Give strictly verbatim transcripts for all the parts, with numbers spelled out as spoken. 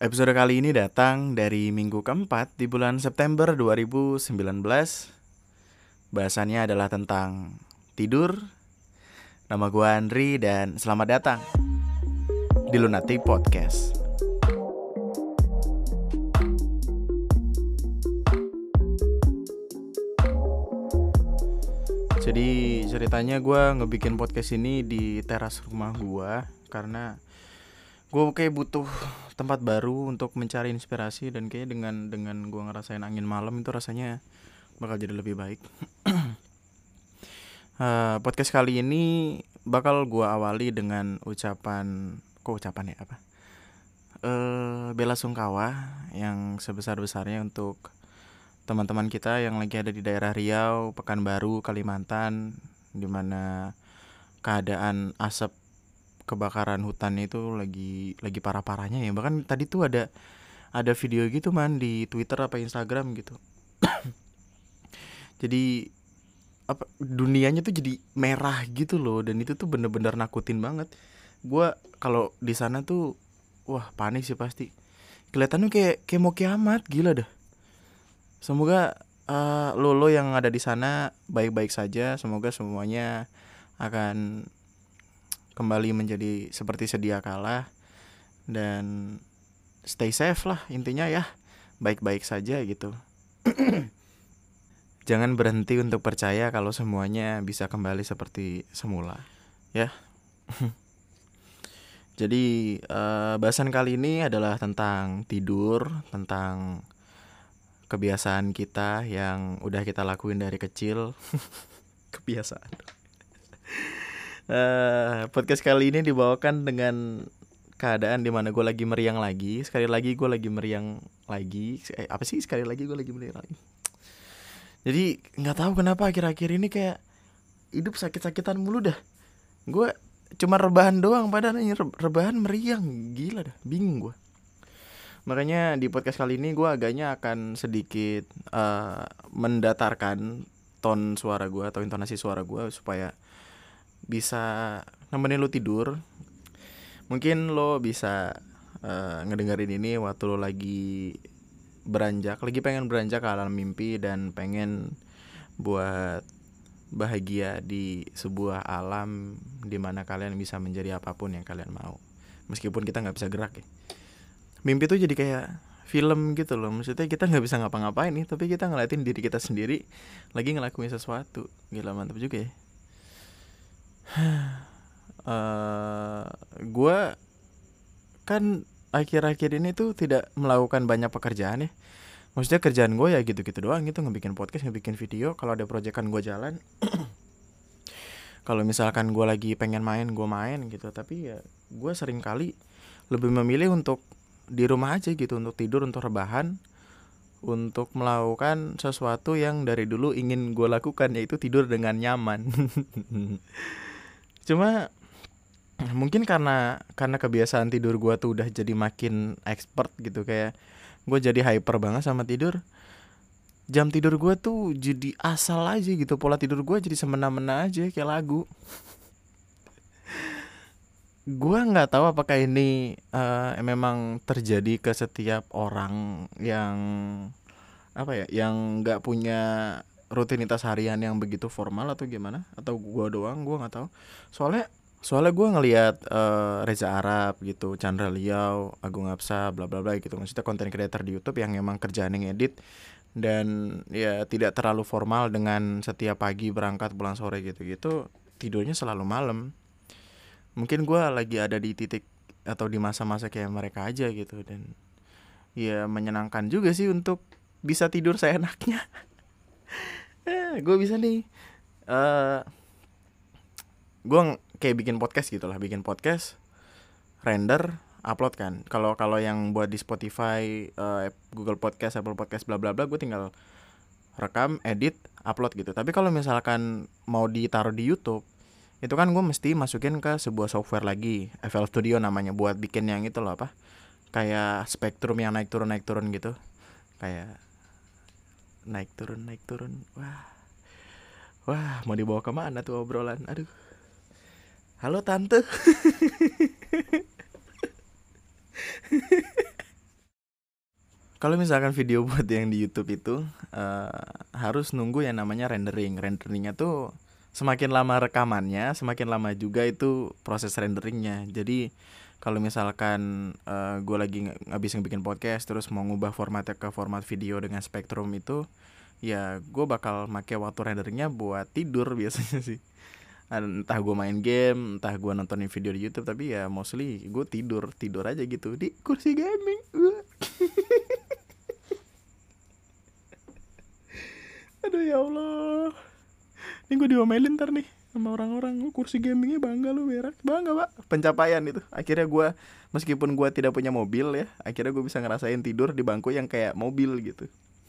Episode kali ini datang dari minggu keempat di bulan September dua ribu sembilan belas. Bahasannya adalah tentang tidur. Nama gue Andri dan selamat datang di Lunatic Podcast. Jadi ceritanya gue ngebikin podcast ini di teras rumah gue karena gue kayak butuh tempat baru untuk mencari inspirasi, dan kayaknya dengan dengan gue ngerasain angin malam itu rasanya bakal jadi lebih baik. uh, podcast kali ini bakal gue awali dengan ucapan, kok ucapan ya apa? Uh, bela sungkawa yang sebesar-besarnya untuk teman-teman kita yang lagi ada di daerah Riau, Pekanbaru, Kalimantan, di mana keadaan asap kebakaran hutan itu lagi lagi parah-parahnya ya. Bahkan tadi tuh ada ada video gitu man di Twitter apa Instagram gitu. Jadi apa dunianya tuh jadi merah gitu loh, dan itu tuh bener-bener nakutin banget. Gua kalau di sana tuh wah panik sih pasti. Kelihatannya kayak kayak mau kiamat, gila dah. Semoga uh, lo lo yang ada di sana baik-baik saja. Semoga semuanya akan kembali menjadi seperti sedia kala dan stay safe lah intinya ya, baik-baik saja gitu. Jangan berhenti untuk percaya kalau semuanya bisa kembali seperti semula ya. Jadi uh, bahasan kali ini adalah tentang tidur, tentang kebiasaan kita yang udah kita lakuin dari kecil. Kebiasaan. Uh, podcast kali ini dibawakan dengan keadaan dimana gue lagi meriang lagi. Sekali lagi gue lagi meriang lagi. Eh apa sih sekali lagi gue lagi meriang lagi. Jadi nggak tahu kenapa akhir-akhir ini kayak hidup sakit-sakitan mulu dah. Gue cuma rebahan doang, padahal ini rebahan meriang, gila dah, bingung gue. Makanya di podcast kali ini gue agaknya akan sedikit uh, mendatarkan ton suara gue atau intonasi suara gue supaya bisa nemenin lo tidur. Mungkin lo bisa uh, ngedengerin ini waktu lo lagi beranjak, lagi pengen beranjak ke alam mimpi dan pengen buat bahagia di sebuah alam dimana kalian bisa menjadi apapun yang kalian mau, meskipun kita nggak bisa gerak ya. Mimpi tuh jadi kayak film gitu loh, maksudnya kita nggak bisa ngapa-ngapain nih, tapi kita ngeliatin diri kita sendiri lagi ngelakuin sesuatu. Gila, mantap juga ya. uh, gue kan akhir-akhir ini tuh tidak melakukan banyak pekerjaan ya. Maksudnya kerjaan gue ya gitu-gitu doang gitu, ngebikin podcast, ngebikin video, kalau ada proyekan gue jalan. Kalau misalkan gue lagi pengen main, gue main gitu. Tapi ya gue sering kali lebih memilih untuk di rumah aja gitu, untuk tidur, untuk rebahan, untuk melakukan sesuatu yang dari dulu ingin gue lakukan, yaitu tidur dengan nyaman. Cuma mungkin karena karena kebiasaan tidur gue tuh udah jadi makin expert gitu, kayak gue jadi hyper banget sama tidur. Jam tidur gue tuh jadi asal aja gitu, pola tidur gue jadi semena-mena aja kayak lagu. Gue nggak tahu apakah ini uh, memang terjadi ke setiap orang yang apa ya, yang nggak punya rutinitas harian yang begitu formal atau gimana, atau gue doang, gue nggak tahu. Soalnya soalnya gue ngelihat uh, Reza Arab gitu, Chandra Liao, Agung Apsa, bla bla bla gitu, maksudnya konten creator di YouTube yang emang kerjaan yang edit dan ya tidak terlalu formal dengan setiap pagi berangkat pulang sore gitu-gitu, tidurnya selalu malam. Mungkin gue lagi ada di titik atau di masa-masa kayak mereka aja gitu, dan ya menyenangkan juga sih untuk bisa tidur seenaknya. eh, gue bisa nih uh, gue kayak bikin podcast gitu lah, bikin podcast, render, upload kan. Kalau kalau yang buat di Spotify, uh, Google Podcast, Apple Podcast, bla bla bla, gue tinggal rekam, edit, upload gitu. Tapi kalau misalkan mau ditaruh di YouTube, itu kan gue mesti masukin ke sebuah software lagi, F L Studio namanya, buat bikin yang itu loh, apa, kayak spektrum yang naik turun naik turun gitu, kayak naik turun naik turun. Wah, wah, mau dibawa kemana tuh obrolan? Aduh, halo tante. Kalau misalkan video buat yang di YouTube itu eh, harus nunggu yang namanya rendering. Renderingnya tuh semakin lama rekamannya, semakin lama juga itu proses renderingnya. Jadi kalau misalkan eh, gue lagi ng- ngabis bikin podcast terus mau ngubah formatnya ke format video dengan Spectrum itu, ya gue bakal make waktu renderingnya buat tidur biasanya sih. Entah gue main game, entah gue nontonin video di YouTube, tapi ya mostly gue tidur tidur aja gitu di kursi gaming. Aduh ya Allah, ini gue diomelin ntar nih sama orang-orang. "Oh, kursi gamingnya bangga lu, berak." Bangga pak, pencapaian itu. Akhirnya gue, meskipun gue tidak punya mobil ya, akhirnya gue bisa ngerasain tidur di bangku yang kayak mobil gitu.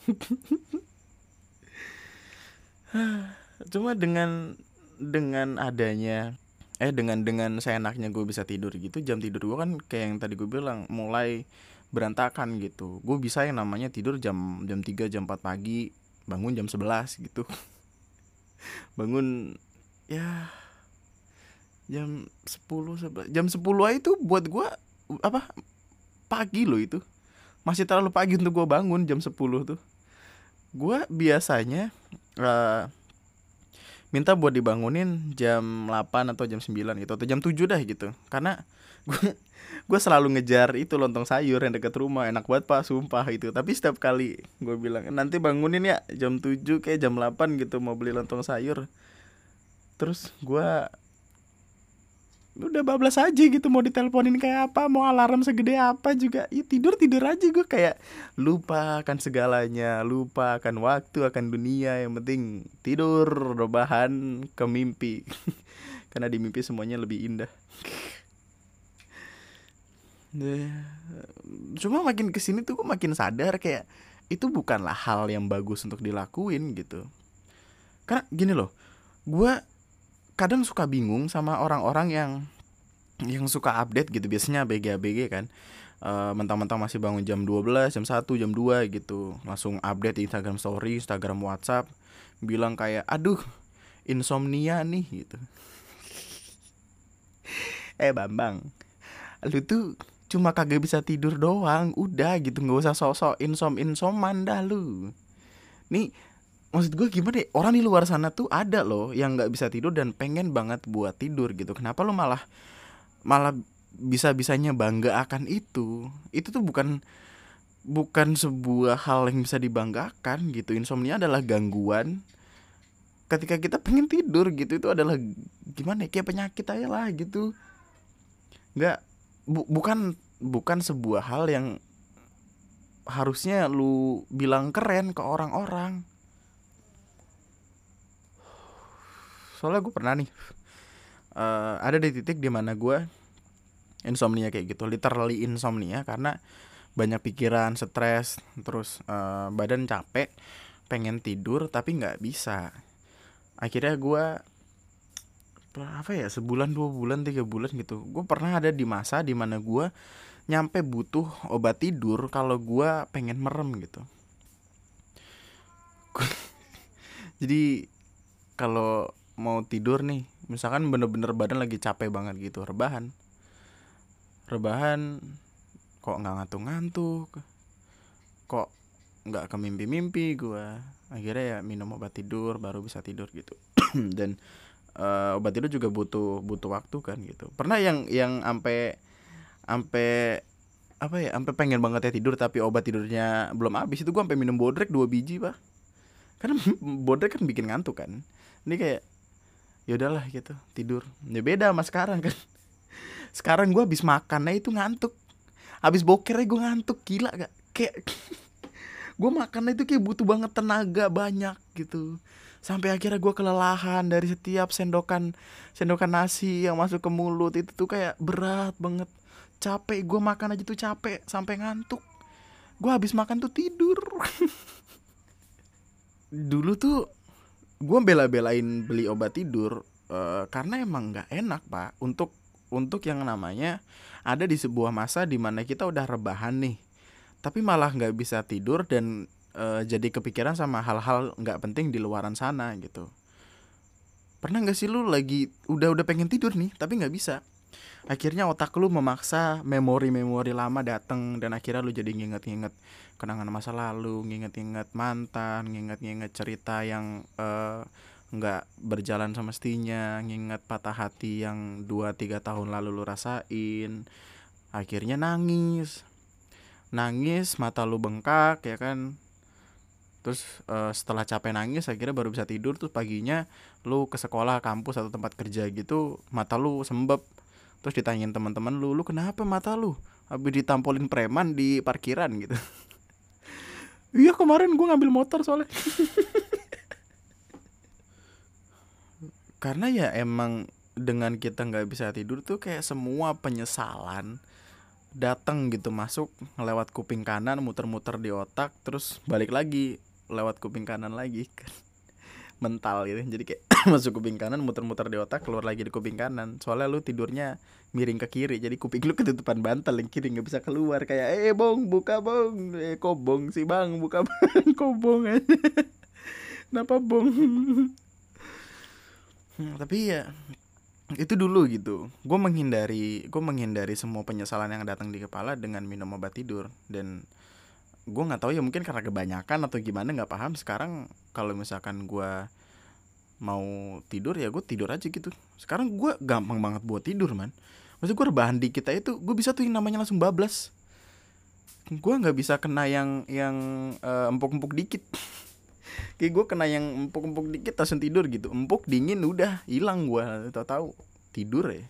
Cuma dengan dengan adanya eh dengan dengan seenaknya gue bisa tidur gitu, jam tidur gue kan kayak yang tadi gue bilang mulai berantakan gitu. Gue bisa yang namanya tidur jam jam tiga jam empat pagi, bangun jam sebelas gitu. Bangun ya jam sepuluh sebelas, jam sepuluh aja itu buat gue apa, pagi loh itu. Masih terlalu pagi untuk gue bangun jam sepuluh tuh. Gue biasanya eh, minta buat dibangunin jam delapan atau jam sembilan gitu, atau jam tujuh dah gitu. Karena gue gue selalu ngejar itu lontong sayur yang deket rumah, enak banget pak, sumpah itu. Tapi setiap kali gue bilang nanti bangunin ya jam tujuh kayak jam delapan gitu mau beli lontong sayur, terus gue udah bablas aja gitu, mau diteleponin kayak apa, mau alarm segede apa juga, ya tidur tidur aja. Gue kayak lupa akan segalanya, lupa akan waktu, akan dunia, yang penting tidur, rebahan ke mimpi. Karena di mimpi semuanya lebih indah. Deh, cuma makin kesini tuh gue makin sadar kayak itu bukanlah hal yang bagus untuk dilakuin gitu. Karena gini loh, gue kadang suka bingung sama orang-orang yang yang suka update gitu, biasanya A B G A B G kan. Eh, mentang-mentang masih bangun jam dua belas, jam satu, jam dua gitu, langsung update di Instagram Story, Instagram WhatsApp, bilang kayak aduh insomnia nih gitu. Eh Bambang, lu tuh cuma kagak bisa tidur doang, udah gitu, nggak usah sosok insom insoman dah lu. Nih maksud gue gimana ya, orang di luar sana tuh ada loh yang nggak bisa tidur dan pengen banget buat tidur gitu. Kenapa lo malah malah bisa-bisanya bangga akan itu? Itu tuh bukan bukan sebuah hal yang bisa dibanggakan gitu. Insomnia adalah gangguan ketika kita pengen tidur gitu. Itu adalah gimana ya, kayak penyakit aja lah gitu. Nggak bu- bukan bukan sebuah hal yang harusnya lu bilang keren ke orang-orang. Soalnya gue pernah nih eh, ada di titik dimana gue insomnia kayak gitu, literally insomnia, karena banyak pikiran, stres, terus eh, badan capek, pengen tidur tapi nggak bisa. Akhirnya gue apa ya, sebulan dua bulan tiga bulan gitu, gue pernah ada di masa dimana gue nyampe butuh obat tidur kalau gue pengen merem gitu. Jadi kalau mau tidur nih, misalkan bener-bener badan lagi capek banget gitu, rebahan rebahan kok nggak ngantuk-ngantuk, kok nggak ke mimpi-mimpi gue, akhirnya ya minum obat tidur baru bisa tidur gitu. Dan uh, obat tidur juga butuh butuh waktu kan gitu. Pernah yang yang ampe ampe apa ya, ampe pengen banget ya tidur tapi obat tidurnya belum habis, itu gue ampe minum bodrek dua biji pak. Karena bodrek kan bikin ngantuk kan. Ini kayak ya udahlah gitu, tidur. Ya beda sama sekarang kan. Sekarang gue habis makannya itu ngantuk, habis bokernya gue ngantuk, gila gak? Kayak gue makannya itu kayak butuh banget tenaga banyak gitu, sampai akhirnya gue kelelahan dari setiap sendokan sendokan nasi yang masuk ke mulut itu tuh kayak berat banget, capek gue makan aja tuh capek sampai ngantuk. Gue habis makan tuh tidur. Dulu tuh gue bela-belain beli obat tidur uh, karena emang nggak enak pak untuk untuk yang namanya ada di sebuah masa dimana kita udah rebahan nih, tapi malah nggak bisa tidur dan uh, jadi kepikiran sama hal-hal nggak penting di luaran sana gitu. Pernah nggak sih lu lagi udah udah pengen tidur nih tapi nggak bisa, Akhirnya otak lu memaksa memori-memori lama dateng, dan akhirnya lu jadi nginget-nginget kenangan masa lalu, nginget-nginget mantan, nginget-nginget cerita yang eh, nggak berjalan semestinya, nginget patah hati yang dua tiga tahun lalu lu rasain. Akhirnya nangis, nangis mata lu bengkak ya kan. Terus eh, setelah capek nangis akhirnya baru bisa tidur. Terus paginya lu ke sekolah, kampus atau tempat kerja gitu, mata lu sembab. Terus ditanyain teman-teman lu, lu kenapa mata lu? Habis ditampolin preman di parkiran gitu. Iya kemarin gue ngambil motor soalnya. Karena ya emang dengan kita nggak bisa tidur tuh kayak semua penyesalan datang gitu, masuk lewat kuping kanan, muter-muter di otak, terus balik lagi lewat kuping kanan lagi kan, mental gitu. Jadi kayak masuk kuping kanan, muter-muter di otak, keluar lagi di kuping kanan. Soalnya lu tidurnya miring ke kiri, jadi kuping lu ketutupan bantal yang kiri nggak bisa keluar. Kayak eh bong buka bong, eh kok bong sih bang, buka bang, kok bong aja. Kenapa bong? Hmm, tapi ya itu dulu gitu. Gue menghindari, gue menghindari semua penyesalan yang datang di kepala dengan minum obat tidur. Dan gue nggak tahu ya, mungkin karena kebanyakan atau gimana, nggak paham. Sekarang kalau misalkan gue mau tidur ya gue tidur aja gitu. Sekarang gue gampang banget buat tidur man. Maksudnya gue rebahan dikit aja tuh gue bisa tuh yang namanya langsung bablas. Gue nggak bisa kena yang yang uh, empuk-empuk dikit. Kayak gue kena yang empuk-empuk dikit langsung tidur gitu. Empuk dingin udah hilang gue, tahu-tahu tidur ya.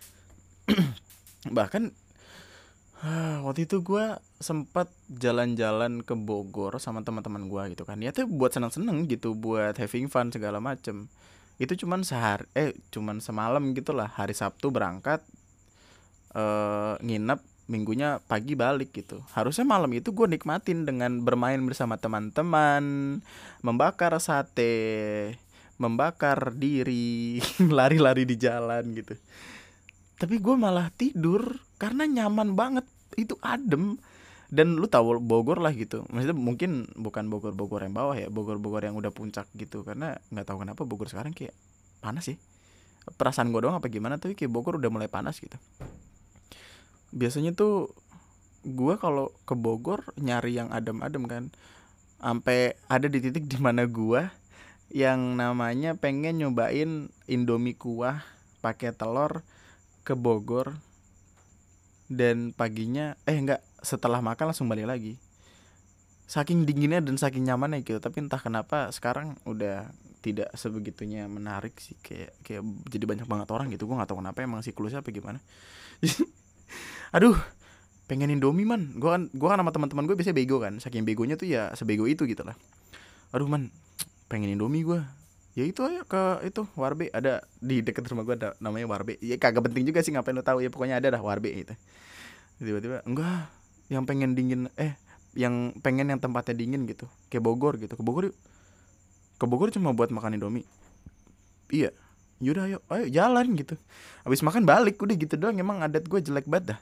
Bahkan waktu itu gue sempat jalan-jalan ke Bogor sama teman-teman gue gitu kan. Ya tuh buat seneng-seneng gitu, buat having fun segala macem. Itu cuman sehari, eh cuman semalam gitulah. Hari Sabtu berangkat, eh, nginep, minggunya pagi balik gitu. Harusnya malam itu gue nikmatin dengan bermain bersama teman-teman, membakar sate, membakar diri, lari-lari di jalan gitu. Tapi gue malah tidur karena nyaman banget, itu adem. Dan lu tahu Bogor lah gitu, maksudnya mungkin bukan Bogor-Bogor yang bawah ya, Bogor-Bogor yang udah puncak gitu. Karena nggak tahu kenapa Bogor sekarang kayak panas sih. Perasaan gue doang apa gimana, tapi kayak Bogor udah mulai panas gitu. Biasanya tuh gue kalau ke Bogor nyari yang adem-adem kan. Sampai ada di titik dimana gue yang namanya pengen nyobain Indomie kuah pakai telur ke Bogor. Dan paginya eh enggak, setelah makan langsung balik lagi. Saking dinginnya dan saking nyamannya gitu. Tapi entah kenapa sekarang udah tidak sebegitunya menarik sih. Kayak kayak jadi banyak banget orang gitu. Gue gak tahu kenapa, emang siklusnya apa gimana. Aduh, pengen Indomie man. Gue kan, gue kan sama teman-teman gue biasanya bego kan. Saking begonya tuh ya sebego itu gitu lah. Aduh man, pengen Indomie gue. Ya itu aja ke itu Warbe, ada di dekat rumah gue, ada namanya Warbe. Ya kagak penting juga sih ngapain lo tahu ya, pokoknya ada dah Warbe gitu. Tiba-tiba enggak, yang pengen dingin, eh yang pengen yang tempatnya dingin gitu, kayak Bogor gitu. Ke Bogor yuk. Ke Bogor cuma buat makan Indomie. Iya. Yaudah ayo, ayo jalan gitu. Habis makan balik udah gitu doang. Emang adat gue jelek banget dah.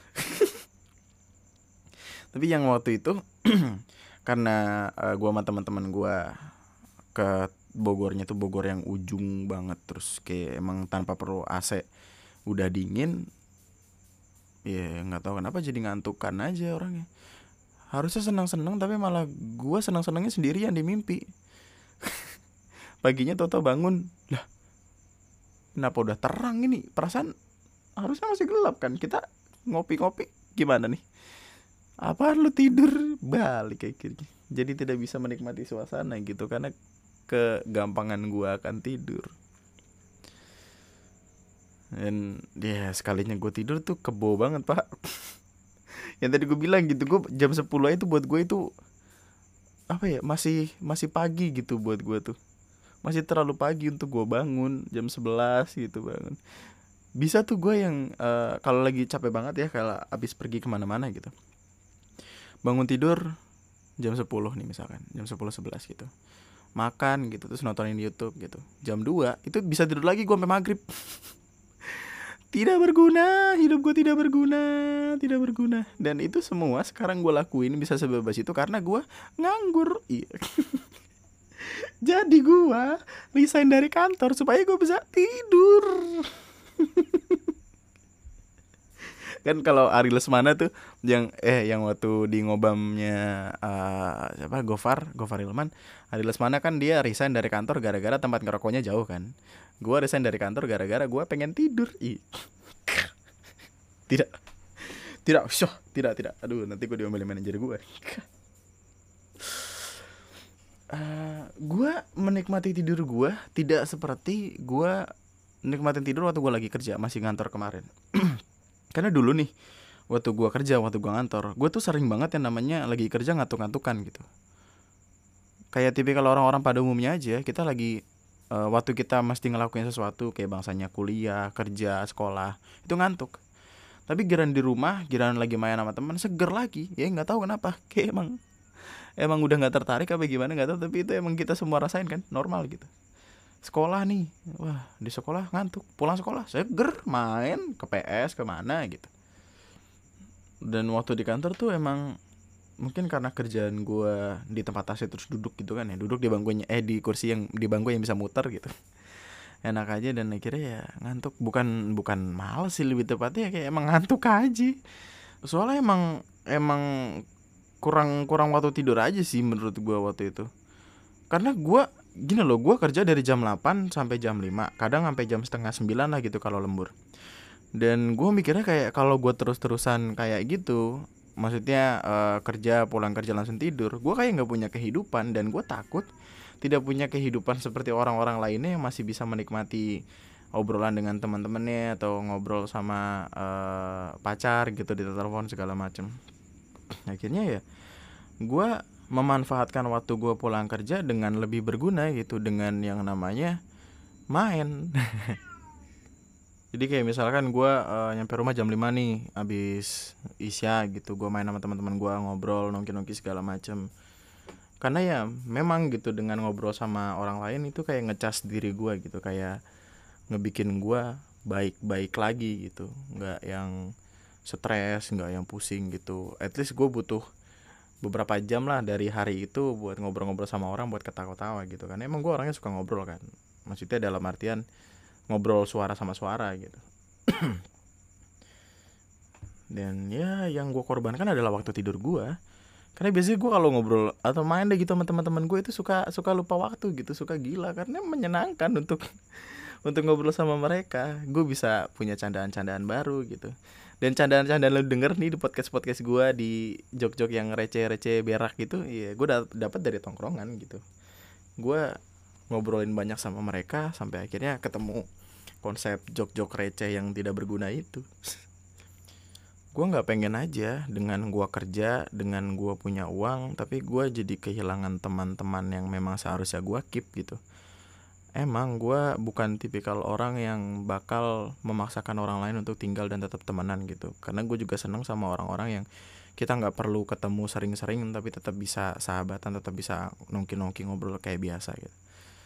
Tapi yang waktu itu karena uh, gue sama teman-teman gue ke Bogornya tuh Bogor yang ujung banget, terus kayak emang tanpa perlu A C udah dingin. Ya nggak tahu kenapa jadi ngantukan aja orangnya. Harusnya senang-senang tapi malah gue senang-senangnya sendirian di mimpi. Paginya tau-tau bangun, lah kenapa udah terang ini? Perasaan harusnya masih gelap kan. Kita ngopi-ngopi gimana nih? Apaan lu tidur balik kayak gini. Jadi tidak bisa menikmati suasana gitu karena kegampangan gue akan tidur. Dan ya sekalinya gue tidur tuh kebo banget pak. Yang tadi gue bilang gitu, gue jam sepuluh itu buat gue itu apa ya, masih masih pagi gitu buat gue tuh. Masih terlalu pagi untuk gue bangun jam sebelas gitu bangun. Bisa tuh gue yang uh, kalau lagi capek banget ya, kalau abis pergi kemana-mana gitu, bangun tidur jam sepuluh nih misalkan, jam sepuluh sebelas gitu, makan gitu, terus nontonin YouTube gitu. Jam dua itu bisa tidur lagi gue sampai maghrib. Tidak berguna, hidup gue tidak berguna, tidak berguna. Dan itu semua sekarang gue lakuin bisa sebebas itu karena gue nganggur. Iya. Jadi gue resign dari kantor supaya gue bisa tidur. Kan kalau Ari Lesmana tuh yang eh yang waktu di ngobamnya uh, siapa Gofar Gofar Hilman, Ari Lesmana kan dia resign dari kantor gara-gara tempat ngerokoknya jauh kan. Gua resign dari kantor gara-gara gua pengen tidur. Ih. Tidak. Tidak, syuh, tidak, tidak. Aduh, nanti gue diomelin manajer gue. Uh, gue menikmati tidur gue tidak seperti gue nikmatin tidur waktu gue lagi kerja, masih ngantor kemarin. Karena dulu nih, waktu gue kerja, waktu gue ngantor, gue tuh sering banget yang namanya lagi kerja ngantuk-ngantukan gitu. Kayak tipikal orang-orang pada umumnya aja, kita lagi uh, waktu kita mesti ngelakuin sesuatu kayak bangsanya kuliah, kerja, sekolah, itu ngantuk. Tapi giran di rumah, giran lagi main sama teman, seger lagi. Ya nggak tahu kenapa, kayak emang emang udah nggak tertarik apa gimana nggak tahu. Tapi itu emang kita semua rasain kan, normal gitu. Sekolah nih, wah di sekolah ngantuk, pulang sekolah seger, main ke P S kemana gitu. Dan waktu di kantor tuh emang mungkin karena kerjaan gue di tempat A C terus duduk gitu kan ya, duduk di bangkunya eh di kursi yang di bangku yang bisa muter gitu. Enak aja dan akhirnya ya ngantuk, bukan bukan males sih, lebih tepatnya kayak emang ngantuk aja. Soalnya emang emang kurang kurang waktu tidur aja sih menurut gue waktu itu. Karena gue gini loh, gue kerja dari jam delapan sampai jam lima, kadang sampai jam setengah sembilan lah gitu kalau lembur. Dan gue mikirnya kayak kalau gue terus-terusan kayak gitu, maksudnya uh, kerja pulang kerja langsung tidur, gue kayak nggak punya kehidupan. Dan gue takut tidak punya kehidupan seperti orang-orang lainnya yang masih bisa menikmati obrolan dengan teman-temannya atau ngobrol sama uh, pacar gitu di telepon segala macem. Akhirnya ya gue memanfaatkan waktu gue pulang kerja dengan lebih berguna gitu, dengan yang namanya main. Jadi kayak misalkan gue uh, nyampe rumah jam lima nih, abis isya gitu, gue main sama teman-teman gue, ngobrol, nongki-nongki segala macem. Karena ya memang gitu, dengan ngobrol sama orang lain itu kayak ngecas diri gue gitu, kayak ngebikin gue baik-baik lagi gitu, nggak yang stres, nggak yang pusing gitu. At least gue butuh beberapa jam lah dari hari itu buat ngobrol-ngobrol sama orang, buat ketawa-ketawa gitu kan. Emang gue orangnya suka ngobrol kan, maksudnya dalam artian ngobrol suara sama suara gitu. Dan ya yang gue korbankan adalah waktu tidur gue. Karena biasanya gue kalau ngobrol atau main deh gitu sama teman-teman gue itu suka suka lupa waktu gitu, suka gila karena menyenangkan untuk untuk ngobrol sama mereka. Gue bisa punya candaan-candaan baru gitu. Dan candaan-candaan lo denger nih di podcast-podcast gue, di jok-jok yang receh-receh berak gitu, ya gue da- dapat dari tongkrongan gitu. Gue ngobrolin banyak sama mereka sampai akhirnya ketemu konsep jok-jok receh yang tidak berguna itu. Gue nggak pengen aja dengan gue kerja, dengan gue punya uang, tapi gue jadi kehilangan teman-teman yang memang seharusnya gue keep gitu. Emang gue bukan tipikal orang yang bakal memaksakan orang lain untuk tinggal dan tetap temenan gitu. Karena gue juga seneng sama orang-orang yang kita nggak perlu ketemu sering-sering tapi tetap bisa sahabatan, tetap bisa nongki-nongki ngobrol kayak biasa gitu.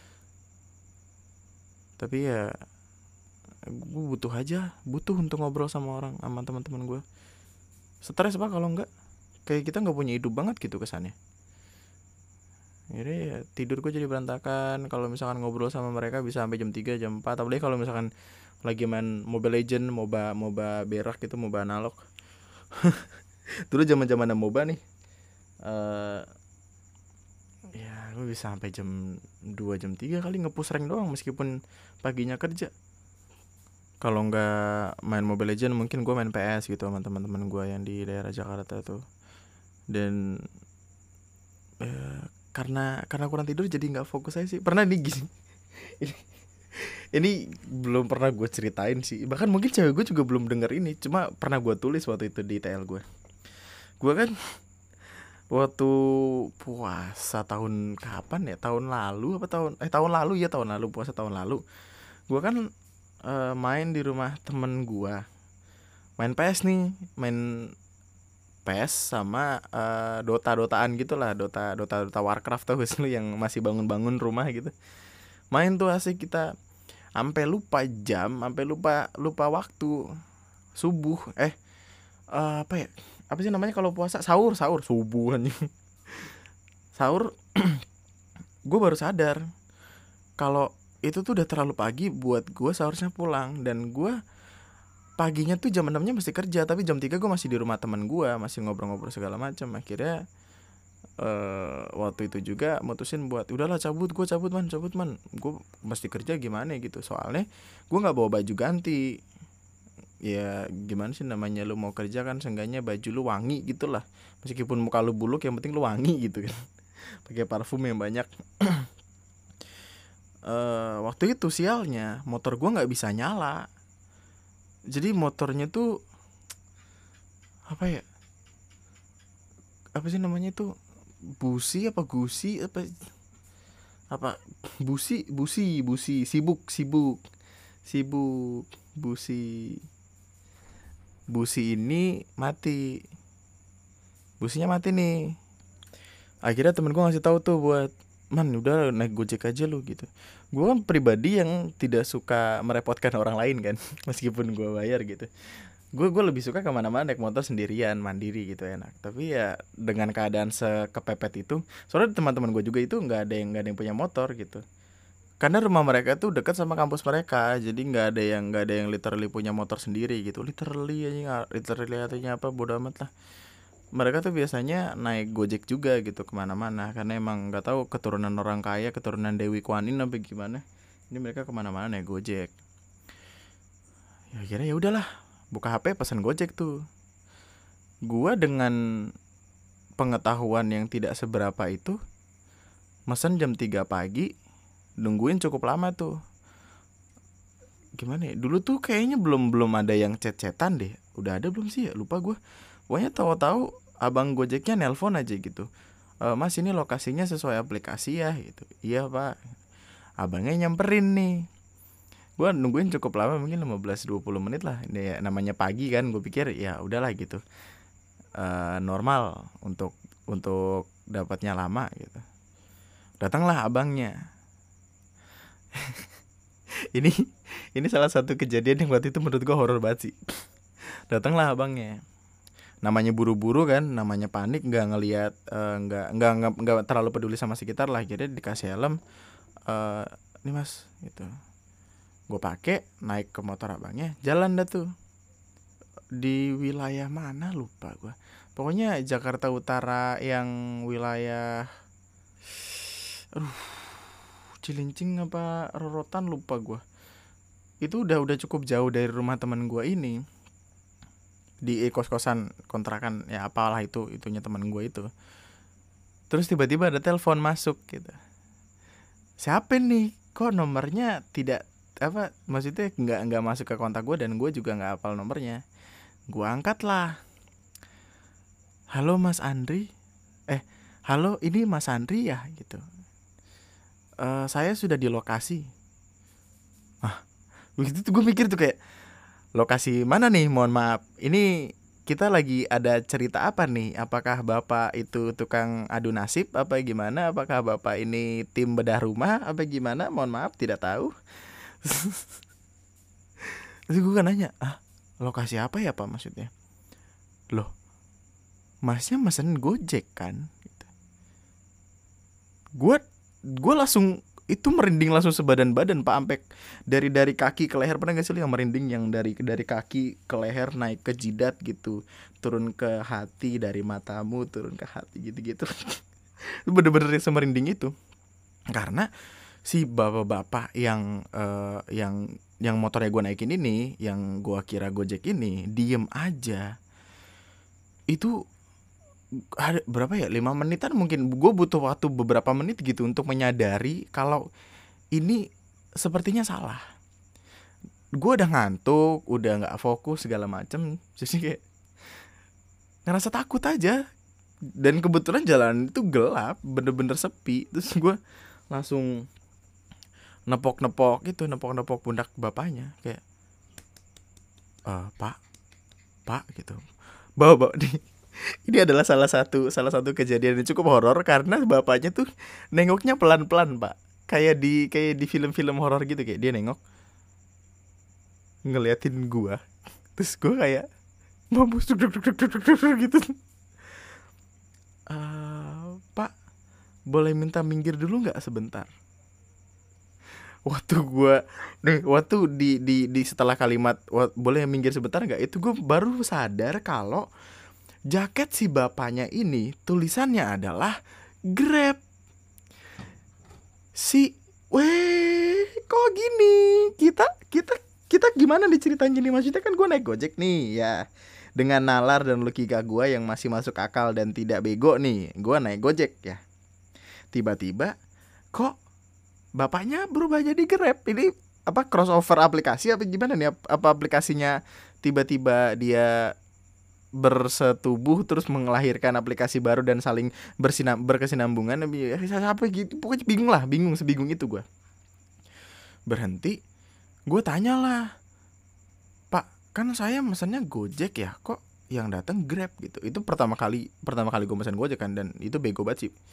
Tapi ya gue butuh aja, butuh untuk ngobrol sama orang, sama teman-teman gue. Stres pak kalau enggak, kayak kita nggak punya hidup banget gitu kesannya. Jadi ya tidur gue jadi berantakan. Kalau misalkan ngobrol sama mereka bisa sampai jam tiga, jam empat. Apalagi kalau misalkan lagi main Mobile Legend, MOBA MOBA berak gitu, MOBA analog. Dulu zaman-zaman MOBA nih. Uh, ya gue bisa sampai jam dua, jam tiga kali nge-push rank doang meskipun paginya kerja. Kalau nggak main Mobile Legend mungkin gue main P S gitu sama teman-teman gue yang di daerah Jakarta tuh. Dan eh, karena karena kurang tidur jadi nggak fokus aja sih. Pernah nih gini. ini, ini belum pernah gue ceritain sih. Bahkan mungkin cewek gue juga belum denger ini. Cuma pernah gue tulis waktu itu di T L gue. Gue kan waktu puasa tahun kapan ya? Tahun lalu apa tahun eh tahun lalu ya tahun lalu puasa tahun lalu. Gue kan Uh, main di rumah temen gue, main P S nih, main P S sama uh, Dota-Dotaan gitu lah, Dota, Dota, Dota Warcraft tau gak sih lu yang masih bangun-bangun rumah gitu. Main tuh asik kita, sampai lupa jam, sampai lupa lupa waktu subuh, eh uh, apa ya, apa sih namanya kalau puasa, sahur, sahur subuh anjing. Sahur, gue baru sadar kalau itu tuh udah terlalu pagi buat gue seharusnya pulang. Dan gue paginya tuh jam enamnya mesti kerja, tapi jam tiga gue masih di rumah teman gue, masih ngobrol-ngobrol segala macam. Akhirnya uh, waktu itu juga mutusin buat udahlah cabut, gue cabut man, cabut man, gue mesti kerja gimana gitu. Soalnya gue nggak bawa baju ganti. Ya gimana sih namanya lu mau kerja kan, seenggaknya baju lu wangi gitulah, meskipun muka lu buluk yang penting lu wangi gitu kan. Pakai parfum yang banyak. uh, waktu itu sialnya motor gue nggak bisa nyala. Jadi motornya tuh apa ya, apa sih namanya tuh, busi apa gusi apa apa busi busi busi sibuk sibuk sibuk busi busi ini mati, businya mati nih. Akhirnya temen gue ngasih tahu tuh buat, man udah naik Gojek aja lu gitu. Gue kan pribadi yang tidak suka merepotkan orang lain kan, meskipun gue bayar gitu. Gue gue lebih suka kemana-mana naik motor sendirian, mandiri gitu, enak. Tapi ya dengan keadaan sekepepet itu, soalnya teman-teman gue juga itu nggak ada yang nggak ada yang punya motor gitu. Karena rumah mereka tuh dekat sama kampus mereka, jadi nggak ada yang nggak ada yang literally punya motor sendiri gitu. Literally aja, literally artinya apa bodo amat lah. Mereka tuh biasanya naik Gojek juga gitu kemana-mana, karena emang nggak tahu keturunan orang kaya, keturunan Dewi Kwan Yin apa gimana. Ini mereka kemana-mana naik Gojek. Ya akhirnya ya udahlah, buka H P pesan Gojek tuh. Gua dengan pengetahuan yang tidak seberapa itu mesen jam tiga pagi, nungguin cukup lama tuh. Gimana ya? Dulu tuh kayaknya belum belum ada yang chat-chatan deh. Udah ada belum sih ya? Lupa gue. Pokoknya tahu-tahu abang Gojeknya nelpon aja gitu. E, mas ini lokasinya sesuai aplikasi ya gitu. Iya pak. Abangnya nyamperin nih. Gue nungguin cukup lama, mungkin lima belas sampai dua puluh menit lah. Ini ya, namanya pagi kan. Gue pikir ya udahlah gitu. E, normal untuk untuk dapatnya lama gitu. Datanglah abangnya. ini ini salah satu kejadian yang waktu itu menurut gue horor banget sih. Datanglah abangnya. Namanya buru-buru kan, namanya panik, nggak ngelihat, uh, nggak nggak nggak nggak terlalu peduli sama sekitar lah. Jadi dikasih helm, uh, nih mas, gitu. Gue pakai, naik ke motor abangnya, jalan dah tuh. Di wilayah mana lupa gue. Pokoknya Jakarta Utara yang wilayah, aduh, Cilincing apa Rorotan lupa gue. Itu udah udah cukup jauh dari rumah teman gue ini. Di kos-kosan kontrakan ya apalah itu itunya teman gue itu. Terus tiba-tiba ada telepon masuk gitu. Siapa nih? Kok nomornya tidak apa? Maksudnya nggak nggak masuk ke kontak gue dan gue juga nggak hafal nomornya. Gue angkat lah. Halo Mas Andri. Eh, halo ini Mas Andri ya gitu. Uh, saya sudah di lokasi. Ah, begitu tuh gue mikir tuh kayak, lokasi mana nih? Mohon maaf. Ini kita lagi ada cerita apa nih? Apakah Bapak itu tukang adu nasib apa gimana? Apakah Bapak ini tim bedah rumah apa gimana? Mohon maaf tidak tahu. Terus gue kan nanya, ah lokasi apa ya Pak maksudnya? Loh, masnya mesen Gojek kan? Gue gue langsung itu merinding langsung sebadan-badan Pak, sampai dari dari kaki ke leher. Pernah gak sih yang merinding yang dari dari kaki ke leher naik ke jidat gitu, turun ke hati, dari matamu turun ke hati gitu-gitu. Bener-bener semerinding itu. Karena si bapak-bapak yang uh, yang yang motornya gue naikin ini, yang gue kira Gojek ini, diem aja. Itu ada berapa ya, lima menitan mungkin. Gue butuh waktu beberapa menit gitu untuk menyadari kalau ini sepertinya salah. Gue udah ngantuk, udah nggak fokus segala macem, jadi kayak ngerasa takut aja. Dan kebetulan jalan itu gelap, bener-bener sepi. Terus gue langsung nepok-nepok gitu, nepok-nepok pundak bapaknya kayak, e, pak pak gitu, bawa-bawa di. Ini adalah salah satu salah satu kejadian yang cukup horor karena bapaknya tuh nengoknya pelan-pelan Pak, kayak di kayak di film-film horor gitu, kayak dia nengok ngeliatin gua, terus gua kayak mampus gitu. Uh, Pak, boleh minta minggir dulu nggak sebentar? Waktu gua nih, waktu di di di setelah kalimat "Wa- boleh minggir sebentar nggak?" Itu gue baru sadar kalau jaket si bapaknya ini tulisannya adalah Grab. Si weh, kok gini? Kita kita kita gimana nih ceritanya nih? Maksudnya kan gue naik Gojek nih ya. Dengan nalar dan logika gue yang masih masuk akal dan tidak bego nih, gue naik Gojek ya. Tiba-tiba kok bapaknya berubah jadi Grab. Ini apa, crossover aplikasi apa gimana nih? Apa aplikasinya tiba-tiba dia bersetubuh terus mengelahirkan aplikasi baru dan saling bersinam berkesinambungan, apa gitu, pokoknya bingung lah, bingung sebingung itu gue. Berhenti, gue tanya lah, "Pak, kan saya mesennya Gojek ya, kok yang datang Grab gitu?" Itu pertama kali pertama kali gue mesen Gojek kan, dan itu bego banget sih.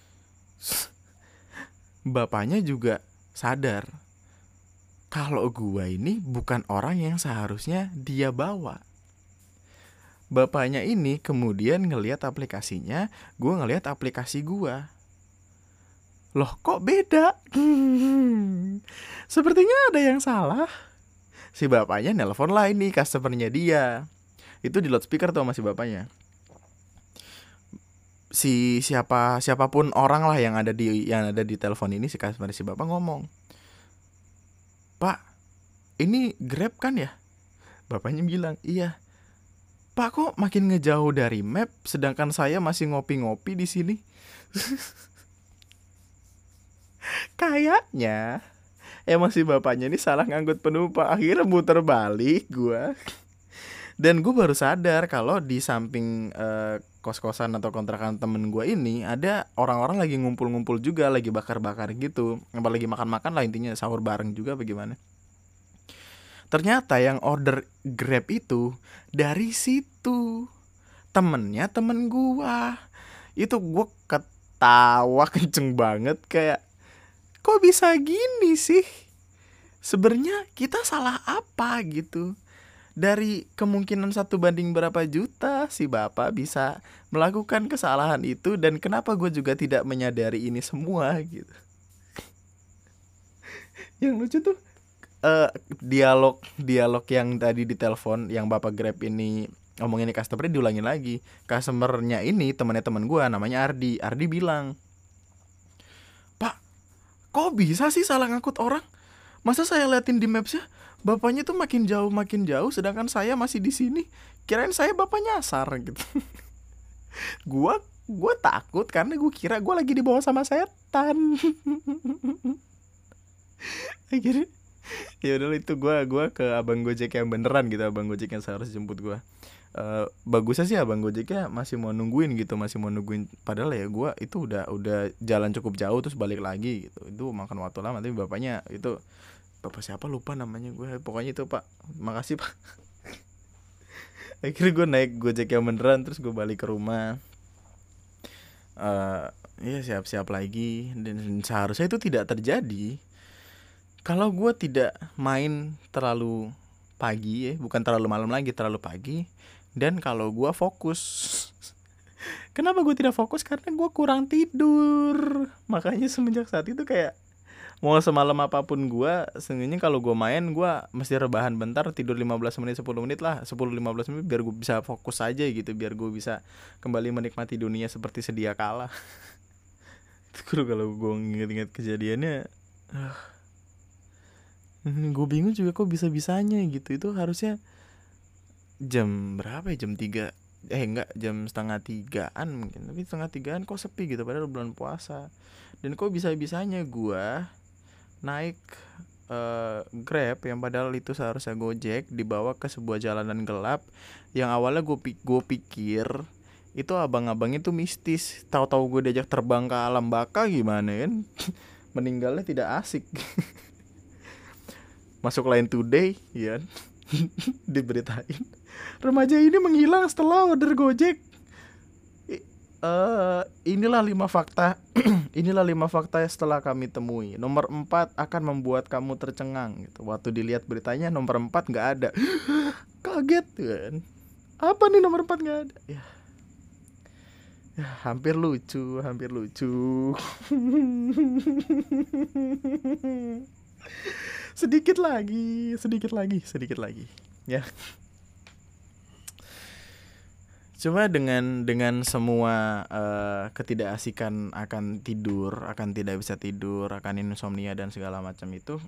Bapaknya juga sadar kalau gue ini bukan orang yang seharusnya dia bawa. Bapaknya ini kemudian ngelihat aplikasinya, gue ngelihat aplikasi gue. Loh, kok beda? Sepertinya ada yang salah. Si bapaknya nelpon lah ini customernya dia. Itu di loudspeaker tuh sama si bapaknya. Si siapa siapapun orang lah yang ada di yang ada di telepon ini, si customer si bapak ngomong, "Pak, ini Grab kan ya?" Bapaknya bilang, "Iya." "Pak, kok makin ngejauh dari map sedangkan saya masih ngopi-ngopi di sini?" Kayaknya emang si bapaknya ini salah ngangkut penumpang. Akhirnya muter balik gue. Dan gue baru sadar kalau di samping uh, kos-kosan atau kontrakan temen gue ini ada orang-orang lagi ngumpul-ngumpul juga, lagi bakar-bakar gitu, apalagi makan-makan lah, intinya sahur bareng juga bagaimana. Ternyata yang order Grab itu dari situ, temennya temen gue. Itu gue ketawa kenceng banget, kayak kok bisa gini sih? Sebenarnya kita salah apa gitu? Dari kemungkinan satu banding berapa juta si bapak bisa melakukan kesalahan itu, dan kenapa gue juga tidak menyadari ini semua gitu. Yang lucu tuh uh, dialog dialog yang tadi di telepon yang bapak Grab ini ngomongin ke customer diulangin lagi. Customernya ini temannya teman gue, namanya Ardi. Ardi bilang, "Pak, kok bisa sih salah ngangkut orang? Masa saya liatin di Maps-nya bapaknya tuh makin jauh makin jauh sedangkan saya masih di sini. Kirain saya bapak nyasar gitu." Gua gua takut karena gue kira gue lagi dibawa sama setan. Akhirnya ya udah itu gue gua ke abang Gojek yang beneran gitu, abang Gojek yang seharusnya jemput gue. Uh, bagusnya sih abang Gojeknya masih mau nungguin gitu, masih mau nungguin, padahal ya gue itu udah udah jalan cukup jauh terus balik lagi gitu, itu makan waktu lama. Tapi bapaknya itu, bapak siapa lupa namanya gue, pokoknya itu, "Pak, makasih Pak." Akhirnya gue naik Gojek yang beneran, terus gue balik ke rumah. Uh, ya siap-siap lagi, dan seharusnya itu tidak terjadi kalau gue tidak main terlalu pagi ya, bukan terlalu malam lagi, terlalu pagi. Dan kalau gue fokus. Kenapa gue tidak fokus? Karena gue kurang tidur. Makanya semenjak saat itu kayak mau semalam apapun gue, seenggaknya kalau gue main gue mesti rebahan bentar, tidur lima belas menit sepuluh menit lah, sepuluh lima belas menit biar gue bisa fokus aja gitu, biar gue bisa kembali menikmati dunia seperti sedia kala. Terus kalau gue inget-inget kejadiannya, uh, gue bingung juga kok bisa-bisanya gitu. Itu harusnya jam berapa ya, jam tiga eh enggak, jam setengah tigaan mungkin, tapi setengah tigaan kok sepi gitu padahal bulan puasa. Dan kok bisa-bisanya gue naik uh, Grab yang padahal itu seharusnya Gojek, dibawa ke sebuah jalanan gelap yang awalnya gue gue pikir itu abang-abang itu mistis, tahu-tahu gue diajak terbang ke alam baka gimana kan. Meninggalnya tidak asik. Masuk Line Today ya, diberitain remaja ini menghilang setelah order Gojek. Uh, inilah lima fakta inilah lima fakta setelah kami temui. Nomor empat akan membuat kamu tercengang gitu. Waktu dilihat beritanya nomor empat nggak ada. Kaget kan, apa nih nomor empat nggak ada ya. Ya, hampir lucu, hampir lucu. Sedikit lagi, sedikit lagi, sedikit lagi. Ya. Cuma dengan dengan semua uh, ketidakasikan akan tidur, akan tidak bisa tidur, akan insomnia dan segala macam itu,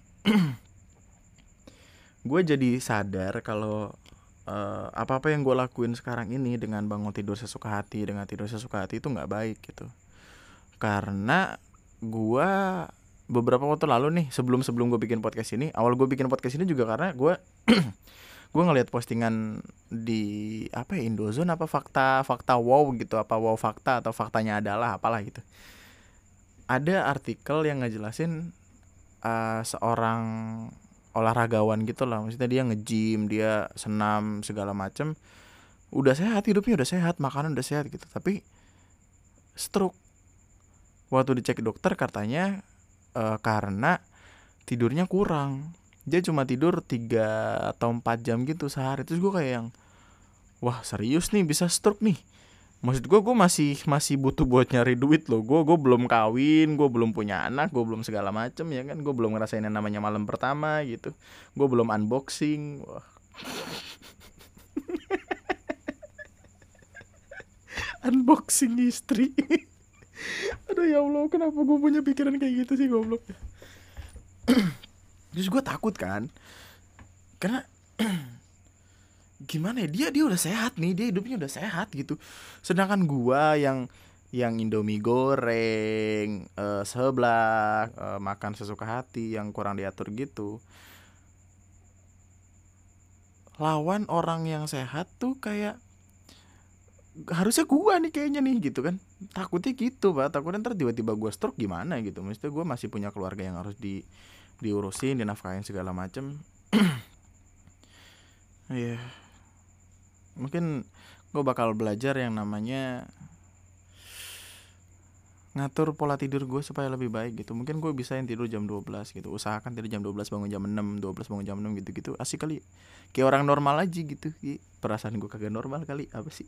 gue jadi sadar kalau uh, apa-apa yang gue lakuin sekarang ini dengan bangun tidur sesuka hati, dengan tidur sesuka hati itu nggak baik gitu. Karena gue beberapa waktu lalu nih, sebelum sebelum gue bikin podcast ini, awal gue bikin podcast ini juga karena gue gue ngelihat postingan di apa ya, Indozone apa fakta fakta wow gitu, apa wow fakta atau faktanya adalah apalah gitu. Ada artikel yang ngejelasin uh, seorang olahragawan gitu lah, maksudnya dia nge-gym, dia senam segala macem, udah sehat, hidupnya udah sehat, makanan udah sehat gitu, tapi stroke. Waktu dicek dokter katanya uh, karena tidurnya kurang. Dia cuma tidur tiga atau empat jam gitu sehari. Terus gue kayak yang, wah serius nih bisa stroke nih. Maksud gue, gue masih masih butuh buat nyari duit loh. Gue gue belum kawin, gue belum punya anak, gue belum segala macem ya kan. Gue belum ngerasain yang namanya malam pertama gitu. Gue belum unboxing. Wah. Unboxing istri. Aduh ya Allah, kenapa gue punya pikiran kayak gitu sih, goblok. Terus gue takut kan, karena gimana ya, dia dia udah sehat nih, dia hidupnya udah sehat gitu, sedangkan gue yang yang Indomie goreng, uh, seblak, uh, makan sesuka hati, yang kurang diatur gitu, lawan orang yang sehat tuh kayak harusnya gue nih kayaknya nih gitu kan. Takutnya gitu pak, takutnya ntar tiba-tiba gue stroke gimana gitu. Maksudnya gue masih punya keluarga yang harus di diurusin, dinafkahin segala macem. Iya, yeah. Mungkin gue bakal belajar yang namanya ngatur pola tidur gue supaya lebih baik gitu. Mungkin gue bisa yang tidur jam dua belas gitu, usahakan tidur jam dua belas, bangun jam enam, dua belas bangun jam enam gitu-gitu. Asik kali, kayak orang normal aja gitu. Perasaan gue kagak normal kali, apa sih?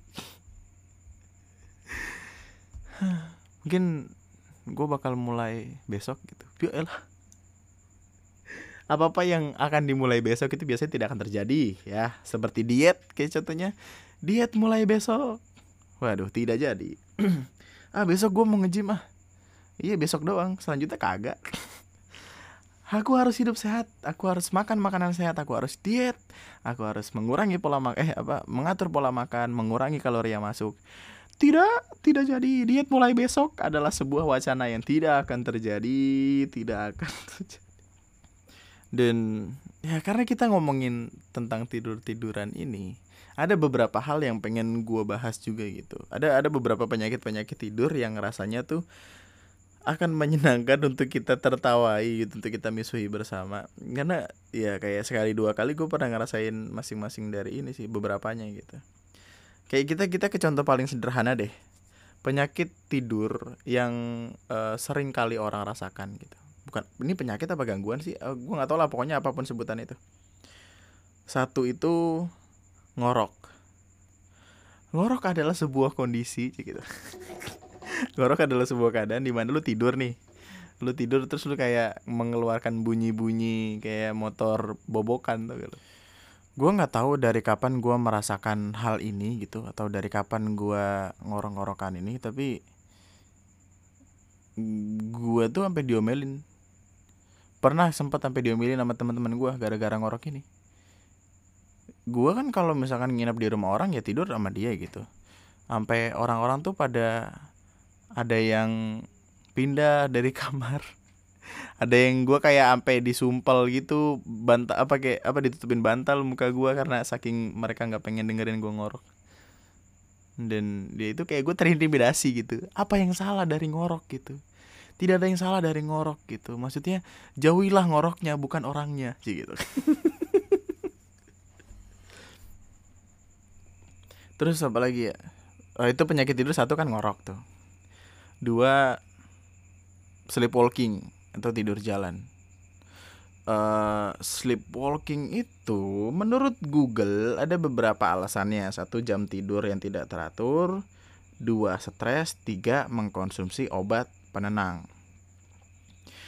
Mungkin gue bakal mulai besok gitu. Ya elah, apa-apa yang akan dimulai besok itu biasanya tidak akan terjadi ya. Seperti diet, kayak contohnya diet mulai besok, waduh tidak jadi. Ah besok gue mau nge-gym ah, iya besok doang, selanjutnya kagak. Aku harus hidup sehat, aku harus makan makanan sehat, aku harus diet, aku harus mengurangi pola makan, eh apa mengatur pola makan, mengurangi kalori yang masuk. Tidak, tidak jadi. Diet mulai besok adalah sebuah wacana yang tidak akan terjadi, tidak akan terjadi. Dan ya karena kita ngomongin tentang tidur-tiduran ini, ada beberapa hal yang pengen gue bahas juga gitu. Ada ada beberapa penyakit-penyakit tidur yang rasanya tuh akan menyenangkan untuk kita tertawai gitu, untuk kita misuhi bersama. Karena ya kayak sekali dua kali gue pernah ngerasain masing-masing dari ini sih, beberapanya gitu. Kayak kita kita ke contoh paling sederhana deh, penyakit tidur yang uh, sering kali orang rasakan gitu. Bukan ini penyakit apa gangguan sih, uh, gue nggak tahu lah, pokoknya apapun sebutan itu. Satu itu ngorok. Ngorok adalah sebuah kondisi gitu. Ngorok adalah sebuah keadaan di mana lu tidur nih, lu tidur terus lu kayak mengeluarkan bunyi-bunyi kayak motor bobokan tuh gitu. Gue nggak tahu dari kapan gue merasakan hal ini gitu, atau dari kapan gue ngorok-ngorokan ini, tapi gue tuh sampai diomelin. Pernah sempat sampai diomelin sama teman-teman gue gara-gara ngorok ini. Gue kan kalau misalkan nginep di rumah orang ya tidur sama dia gitu. Sampai orang-orang tuh pada ada yang pindah dari kamar. Ada yang gue kayak sampai disumpel gitu, bantal apa kayak apa ditutupin bantal muka gue karena saking mereka nggak pengen dengerin gue ngorok. Dan dia itu kayak gue terintimidasi gitu. Apa yang salah dari ngorok gitu? Tidak ada yang salah dari ngorok gitu. Maksudnya jauhilah ngoroknya, bukan orangnya sih gitu. Terus apa lagi ya? Oh, itu penyakit tidur satu kan ngorok tuh. Dua, sleepwalking atau tidur jalan. Uh, sleepwalking itu menurut Google ada beberapa alasannya. Satu, jam tidur yang tidak teratur. Dua, stres. Tiga, mengkonsumsi obat penenang.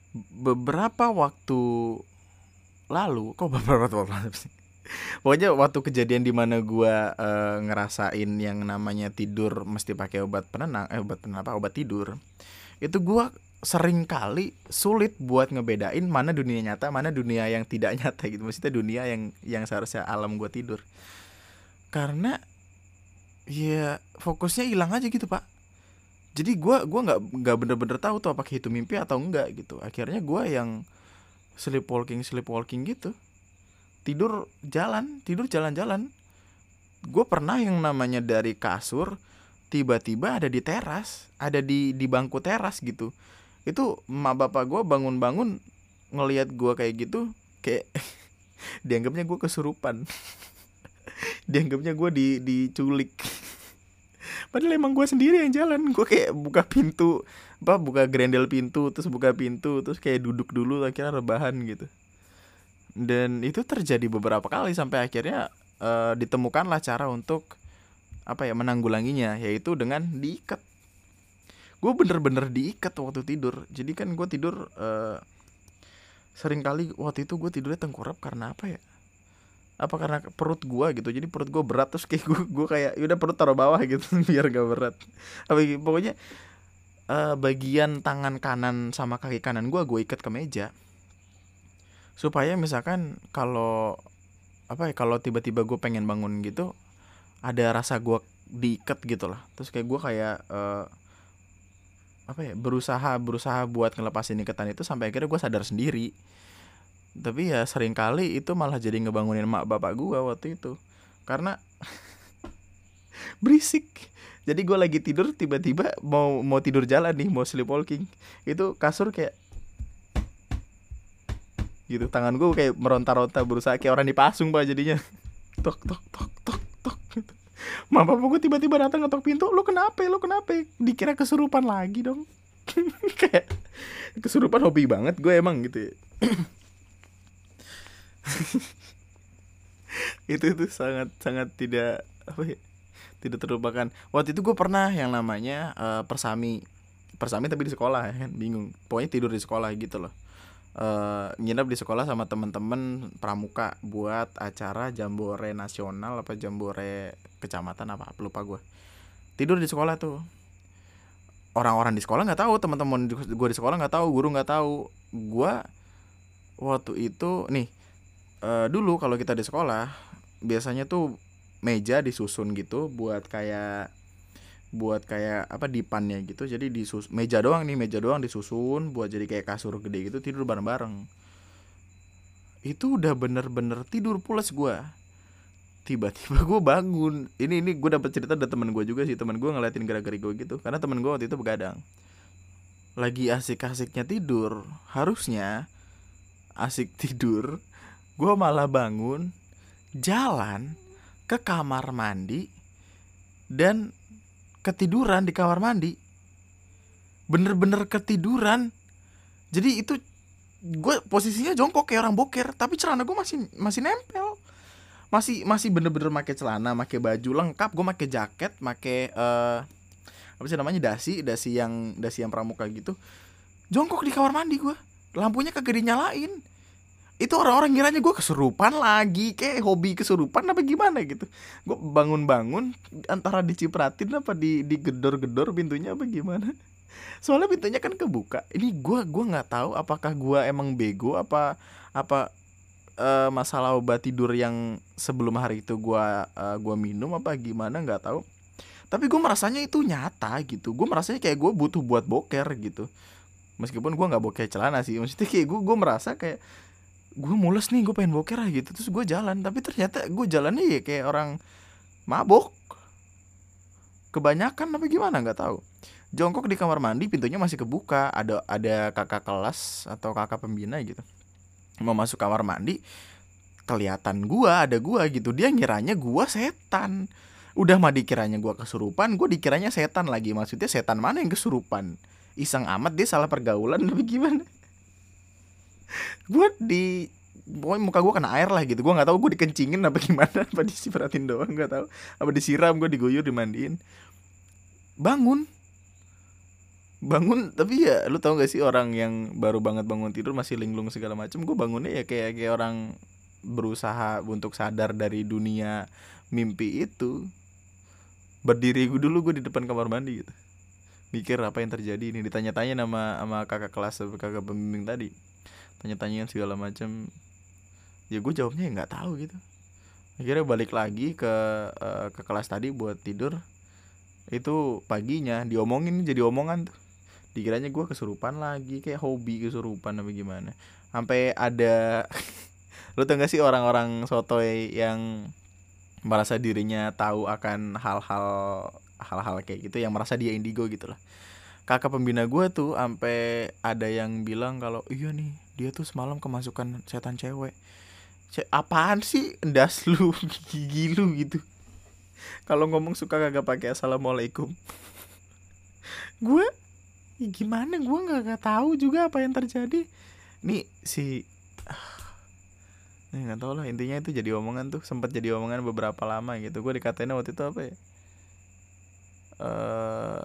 beberapa waktu lalu, kok beberapa waktu lalu sih? Pokoknya waktu kejadian di mana gua eh, ngerasain yang namanya tidur mesti pakai obat penenang, eh obat penenang apa, obat tidur. Itu gua sering kali sulit buat ngebedain mana dunia nyata, mana dunia yang tidak nyata gitu. Maksudnya dunia yang yang seharusnya alam gua tidur. Karena ya fokusnya hilang aja gitu, Pak. Jadi gua gua nggak nggak bener-bener tahu tuh apakah itu mimpi atau enggak gitu. Akhirnya gua yang sleepwalking sleepwalking gitu. Tidur jalan, tidur jalan-jalan. Gue pernah yang namanya dari kasur tiba-tiba ada di teras, ada di di bangku teras gitu. Itu emak bapak gue bangun-bangun ngelihat gue kayak gitu, kayak dianggapnya gue kesurupan. Dianggapnya gue di diculik. Padahal emang gue sendiri yang jalan. Gue kayak buka pintu, apa buka grendel pintu, terus buka pintu, terus kayak duduk dulu, akhirnya rebahan gitu. Dan itu terjadi beberapa kali sampai akhirnya eh, ditemukanlah cara untuk apa ya, menanggulanginya, yaitu dengan diikat. Gue bener-bener diikat waktu tidur. Jadi kan gue tidur eh, sering kali waktu itu gue tidurnya tengkurap karena apa ya, apa karena perut gue gitu. Jadi perut gue berat, terus kayak gue gue kayak yaudah perut taruh bawah gitu biar gak berat. Apa pokoknya eh, bagian tangan kanan sama kaki kanan gue gue ikat ke meja supaya misalkan kalau apa ya, kalau tiba-tiba gue pengen bangun gitu ada rasa gue diikat gitu lah. Terus kayak gue kayak uh, apa ya, berusaha berusaha buat ngelepasin ikatan itu sampai akhirnya gue sadar sendiri. Tapi ya sering kali itu malah jadi ngebangunin mak bapak gue waktu itu karena berisik. Jadi gue lagi tidur tiba-tiba mau mau tidur jalan nih, mau sleepwalking, itu kasur kayak gitu, tangan gue kayak meronta-ronta berusaha kayak orang dipasung pak jadinya. Tok tok tok tok tok gitu. Mama gue tiba-tiba datang ngetok pintu, lo kenapa lo kenapa, dikira kesurupan lagi dong. Kayak kesurupan hobi banget gue emang gitu ya. itu itu sangat sangat tidak apa ya, tidak terlupakan. Waktu itu gue pernah yang namanya uh, persami persami tapi di sekolah ya kan, bingung pokoknya tidur di sekolah gitu loh. Uh, nginep di sekolah sama temen-temen pramuka buat acara jambore nasional apa jambore kecamatan apa lupa gue. Tidur di sekolah tuh, orang-orang di sekolah nggak tahu, teman-teman gue di sekolah nggak tahu, guru nggak tahu. Gue waktu itu nih uh, dulu kalau kita di sekolah biasanya tuh meja disusun gitu buat kayak buat kayak apa dipannya gitu. Jadi disus meja doang nih, meja doang disusun buat jadi kayak kasur gede gitu, tidur bareng-bareng. Itu udah bener-bener tidur pulas gue. Tiba-tiba gue bangun. Ini ini gue dapet cerita dari teman gue juga sih. Teman gue ngeliatin gerak-gerik gue gitu. Karena teman gue waktu itu begadang. Lagi asik-asiknya tidur, harusnya asik tidur, gue malah bangun, jalan ke kamar mandi dan ketiduran di kamar mandi. Bener-bener ketiduran. Jadi itu gue posisinya jongkok kayak orang boker, tapi celana gue masih masih nempel. Masih masih bener-bener pakai celana, pakai baju lengkap, gue pakai jaket, pakai uh, apa sih namanya, dasi, dasi yang dasi yang pramuka gitu. Jongkok di kamar mandi gue. Lampunya kagak dinyalain. Itu orang-orang ngiranya gue kesurupan lagi, kayak hobi kesurupan apa gimana gitu. Gue bangun-bangun antara dicipratin apa di digedor-gedor pintunya apa gimana. Soalnya pintunya kan kebuka. Ini gue gue nggak tahu apakah gue emang bego apa apa uh, masalah obat tidur yang sebelum hari itu gue uh, gue minum apa gimana nggak tahu. Tapi gue merasanya itu nyata gitu. Gue merasanya kayak gue butuh buat boker gitu. Meskipun gue nggak boker celana sih. Maksudnya kayak gue gue merasa kayak gue mules nih, gue pengen boker lah gitu. Terus gue jalan, tapi ternyata gue jalannya ya kayak orang mabok kebanyakan apa gimana nggak tahu. Jongkok di kamar mandi, pintunya masih kebuka, ada ada kakak kelas atau kakak pembina gitu mau masuk kamar mandi, kelihatan gua ada gua gitu. Dia ngiranya gua setan. Udah mah dikiranya gua kesurupan, gua dikiranya setan lagi. Maksudnya setan mana yang kesurupan? Iseng amat dia, salah pergaulan tapi gimana? Gue di pokoknya muka gue kena air lah gitu. Gue nggak tahu gue dikencingin apa gimana, apa disiperatin doang nggak tahu, apa disiram, gue diguyur dimandiin. Bangun bangun tapi ya lu tau gak sih orang yang baru banget bangun tidur masih linglung segala macem, gue bangunnya ya kayak kayak orang berusaha untuk sadar dari dunia mimpi itu. Berdiri gue dulu, gue di depan kamar mandi gitu, mikir apa yang terjadi ini, ditanya-tanya nama sama kakak kelas, kakak pembimbing tadi, tanya-tanya segala macam. Ya gue jawabnya ya nggak tahu gitu. Akhirnya balik lagi ke uh, ke kelas tadi buat tidur. Itu paginya diomongin, jadi omongan tuh, dikiranya gue kesurupan lagi, kayak hobi kesurupan apa gimana. Sampai ada lu tau gak sih orang-orang sotoy yang merasa dirinya tahu akan hal-hal hal-hal kayak gitu, yang merasa dia indigo gitu lah. Kakak pembina gue tuh sampai ada yang bilang kalau iya nih dia tuh semalam kemasukan setan cewek. C- apaan sih endas lu gigi lu gitu. Kalau ngomong suka kagak pakai assalamualaikum. Gue ya gimana, gue nggak nggak tahu juga apa yang terjadi. Nih si Nih nggak tahu lah, intinya itu jadi omongan tuh, sempat jadi omongan beberapa lama gitu. Gue dikatain waktu itu apa ya? Eh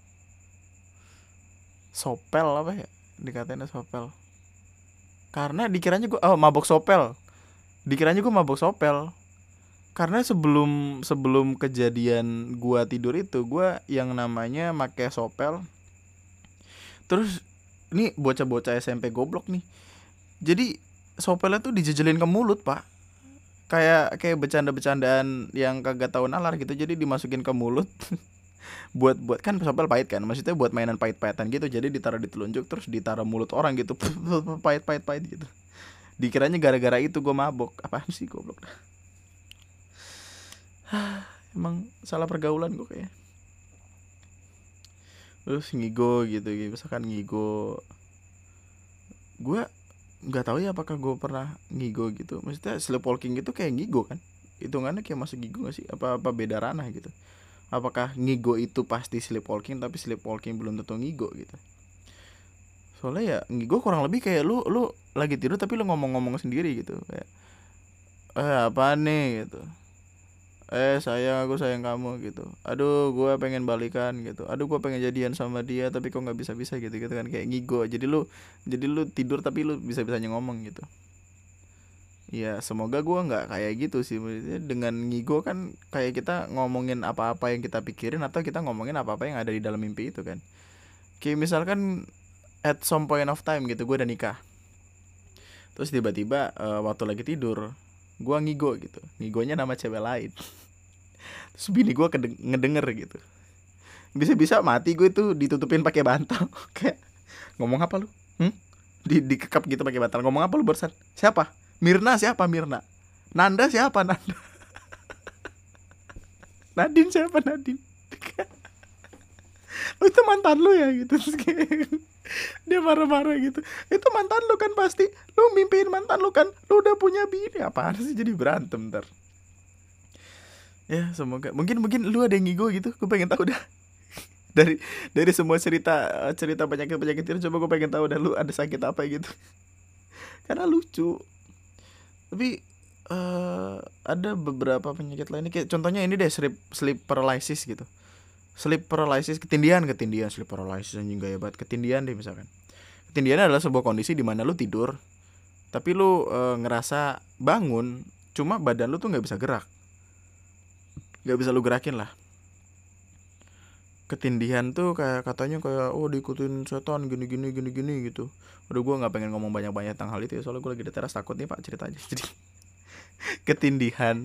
sopel apa ya? Dikatain sopel. Karena dikiranya gue oh mabok sopel. Dikiranya gue mabok sopel. Karena sebelum sebelum kejadian gue tidur itu, gue yang namanya make sopel. Terus ini bocah-bocah S M P goblok nih. Jadi sopelnya tuh dijejelin ke mulut, Pak. Kayak kayak bercanda-bercandaan yang kagak tahu nalar gitu. Jadi dimasukin ke mulut. buat buat kan sopel pahit kan, maksudnya buat mainan pahit-pahitan gitu. Jadi ditaruh di telunjuk terus ditaruh mulut orang gitu. Pahit-pahit-pahit gitu. Dikiranya gara-gara itu gue mabok. Apaan sih goblok dah. Emang salah pergaulan gue kayak. Terus ngigo gitu, gitu. Misalkan ngigo, gue nggak tahu ya apakah gue pernah ngigo gitu. Maksudnya sleepwalking gitu kayak ngigo kan, hitungannya kayak masuk ngigo gak sih, apa apa beda ranah gitu. Apakah ngigo itu pasti sleepwalking, tapi sleepwalking belum tentu ngigo gitu. Soalnya ya ngigo kurang lebih kayak lu lu lagi tidur tapi lu ngomong-ngomong sendiri gitu, kayak eh apa nih gitu, eh sayang aku sayang kamu gitu, aduh gue pengen balikan gitu, aduh gue pengen jadian sama dia tapi kok nggak bisa bisa gitu gitu kan, kayak ngigo. Jadi lu jadi lu tidur tapi lu bisa bisanya ngomong gitu. Ya semoga gue nggak kayak gitu sih. Maksudnya dengan ngigo kan kayak kita ngomongin apa-apa yang kita pikirin, atau kita ngomongin apa-apa yang ada di dalam mimpi itu kan. Kayak misalkan at some point of time gitu gue udah nikah, terus tiba-tiba uh, waktu lagi tidur gue ngigo gitu, ngigonya nama cewek lain. Terus bini gue ngedenger gitu, bisa-bisa mati gue tuh ditutupin pakai bantal. Kayak ngomong apa lu, hmm? di dikekap gitu pakai bantal. Ngomong apa lu barusan, siapa Mirna, siapa Mirna, Nanda siapa Nanda, Nadine siapa Nadine. Oh itu mantan lu ya gitu. Terus kayak dia marah-marah gitu, itu mantan lu kan, pasti lu mimpiin mantan lu kan, lu udah punya bini. Apaan sih jadi berantem ntar. Ya semoga, mungkin mungkin lu ada yang ngigo gitu, gue pengen tahu dah. dari dari semua cerita cerita penyakit penyakit itu, coba gue pengen tahu dah lu ada sakit apa gitu. Karena lucu. Tapi uh, ada beberapa penyakit lainnya, kayak contohnya ini deh, sleep sleep paralysis gitu. Sleep paralysis, ketindihan, ketindihan, sleep paralysis anjing gaya banget. Ketindihan deh misalkan. Ketindihan adalah sebuah kondisi di mana lu tidur tapi lu e, ngerasa bangun, cuma badan lu tuh nggak bisa gerak, nggak bisa lu gerakin lah. Ketindihan tuh kayak katanya kayak oh diikutin setan gini gini gini gini gitu. Udah gue nggak pengen ngomong banyak-banyak tentang hal itu ya, soalnya gue lagi di teras, takut nih Pak ceritanya. Jadi ketindihan,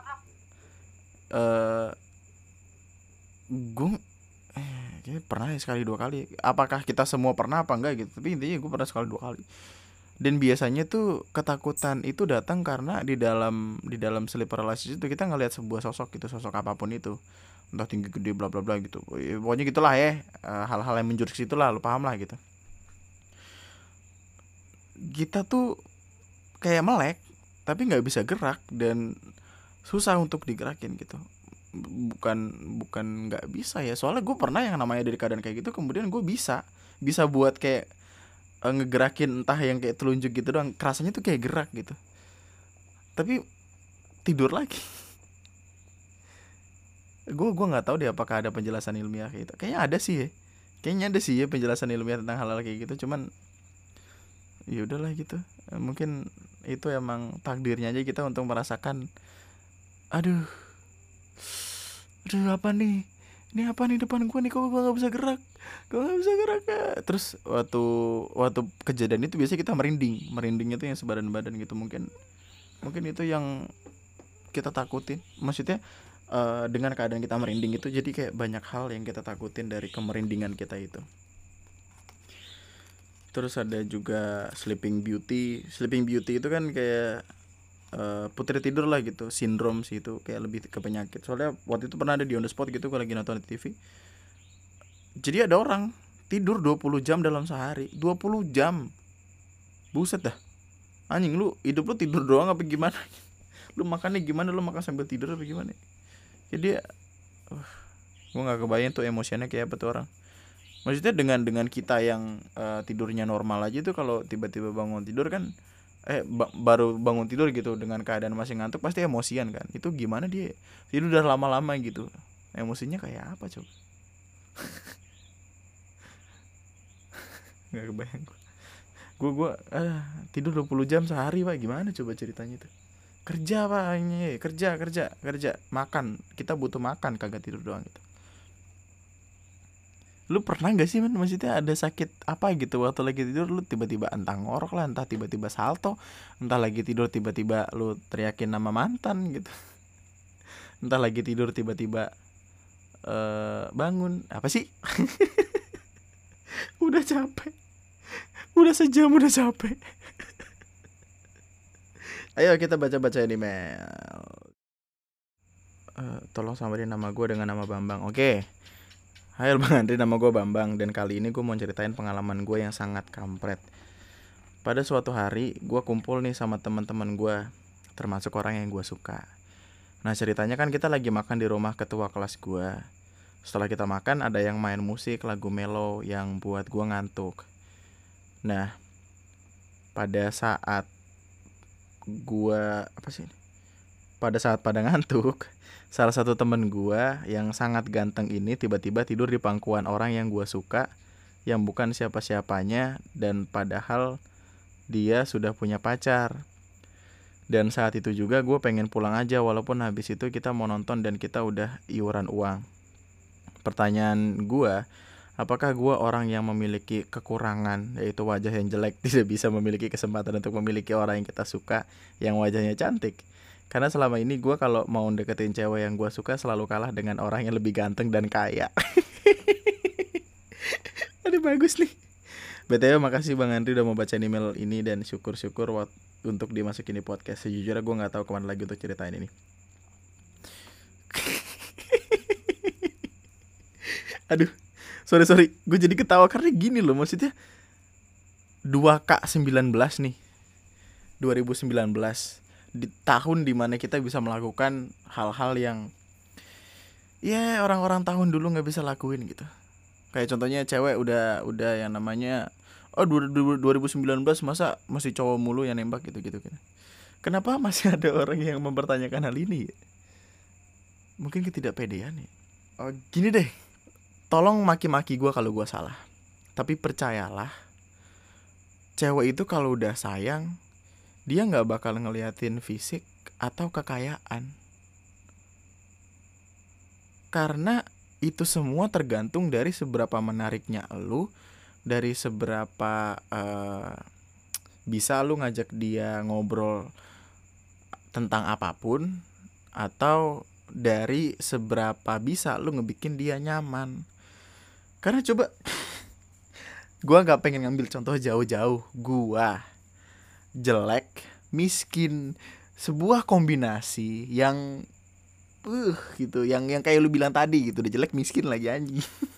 eh gue eh kayaknya pernah ya sekali dua kali. Apakah kita semua pernah apa enggak gitu, tapi intinya gue pernah sekali dua kali. Dan biasanya tuh ketakutan itu datang karena di dalam di dalam sleep paralysis itu kita ngelihat sebuah sosok gitu, sosok apapun itu, entah tinggi gede bla bla bla gitu. Pokoknya gitulah ya, hal-hal yang menjurus itulah, lu paham lah gitu. Kita tuh kayak melek tapi nggak bisa gerak dan susah untuk digerakin gitu. Bukan bukan nggak bisa ya, soalnya gue pernah yang namanya dari keadaan kayak gitu kemudian gue bisa bisa buat kayak uh, ngegerakin entah yang kayak telunjuk gitu doang, kerasanya tuh kayak gerak gitu, tapi tidur lagi. gue gue nggak tahu deh apakah ada penjelasan ilmiah kayak itu, kayaknya ada sih ya. Kayaknya ada sih ya penjelasan ilmiah tentang hal-hal kayak gitu, cuman ya udahlah gitu. Eh, mungkin itu emang takdirnya aja kita untuk merasakan, aduh, aduh apa nih, ini apa nih depan gua nih, kok gua nggak bisa gerak, gua nggak bisa gerak ya. Terus waktu waktu kejadian itu biasanya kita merinding, merindingnya tuh yang sebadan badan gitu. Mungkin mungkin itu yang kita takutin, maksudnya eh, dengan keadaan kita merinding itu jadi kayak banyak hal yang kita takutin dari kemerindingan kita itu. Terus ada juga sleeping beauty. Sleeping beauty itu kan kayak eh, putri tidur lah gitu, sindrom sih itu, kayak lebih ke penyakit. Soalnya waktu itu pernah ada di On The Spot gitu, gue lagi nonton di T V. Jadi ada orang tidur dua puluh jam dalam sehari. Dua puluh jam. Buset dah. Anjing, lu hidup lu tidur doang apa gimana? Lu makannya gimana? Lu makan sambil tidur apa gimana? Jadi uh, gue nggak kebayang tuh emosinya kayak apa tuh orang. Maksudnya dengan dengan kita yang eh, tidurnya normal aja tuh, kalau tiba-tiba bangun tidur kan, eh ba- baru bangun tidur gitu dengan keadaan masih ngantuk, pasti emosian kan. Itu gimana dia tidur udah lama-lama gitu, emosinya kayak apa coba? Nggak kebayang gue. Gue gue ah, tidur dua puluh jam sehari pak, gimana coba ceritanya tuh? Kerja pak, ini kerja kerja kerja makan, kita butuh makan, kagak tidur doang gitu. Lu pernah gak sih, man, maksudnya ada sakit apa gitu waktu lagi tidur, lu tiba-tiba entah ngorok lah, entah tiba-tiba salto, entah lagi tidur tiba-tiba lu teriakin nama mantan gitu, entah lagi tidur tiba-tiba eh bangun apa sih? Udah capek, udah sejam udah capek. Ayo kita baca-baca ini, Mel. Eh, tolong samarin nama gue dengan nama Bambang. Oke. Hai Bang Andri, nama gue Bambang, dan kali ini gue mau ceritain pengalaman gue yang sangat kampret. Pada suatu hari gue kumpul nih sama teman-teman gue, termasuk orang yang gue suka. Nah ceritanya kan kita lagi makan di rumah ketua kelas gue. Setelah kita makan ada yang main musik lagu mellow yang buat gue ngantuk. Nah pada saat gue apa sih? Pada saat pada ngantuk, salah satu temen gue yang sangat ganteng ini tiba-tiba tidur di pangkuan orang yang gue suka, yang bukan siapa-siapanya, dan padahal dia sudah punya pacar. Dan saat itu juga gue pengen pulang aja, walaupun habis itu kita mau nonton dan kita udah iuran uang. Pertanyaan gue, apakah gue orang yang memiliki kekurangan, yaitu wajah yang jelek, tidak bisa memiliki kesempatan untuk memiliki orang yang kita suka yang wajahnya cantik? Karena selama ini gue kalau mau deketin cewek yang gue suka selalu kalah dengan orang yang lebih ganteng dan kaya. Aduh bagus nih. B T W makasih Bang Andri udah mau baca email ini, dan syukur-syukur wat- untuk dimasukin di podcast. Sejujurnya gue gak tahu kemana lagi untuk ceritain ini. Aduh, sorry sorry, gue jadi ketawa karena gini loh, maksudnya dua K sembilan belas nih, dua ribu sembilan belas, di tahun dimana kita bisa melakukan hal-hal yang ya orang-orang tahun dulu nggak bisa lakuin gitu. Kayak contohnya cewek udah udah yang namanya, oh dua ribu sembilan belas masa masih cowok mulu yang nembak gitu-gitu kan. Kenapa masih ada orang yang mempertanyakan hal ini? Mungkin ketidakpedean ya. Oh, gini deh, tolong maki-maki gue kalau gue salah. Tapi percayalah, cewek itu kalau udah sayang, dia nggak bakal ngeliatin fisik atau kekayaan. Karena itu semua tergantung dari seberapa menariknya lu, dari seberapa uh, bisa lu ngajak dia ngobrol tentang apapun, atau dari seberapa bisa lu ngebikin dia nyaman. Karena coba, gue gak pengen ngambil contoh jauh-jauh, gue jelek, miskin, sebuah kombinasi yang uh gitu, yang yang kayak lu bilang tadi gitu, udah jelek miskin lagi anjing.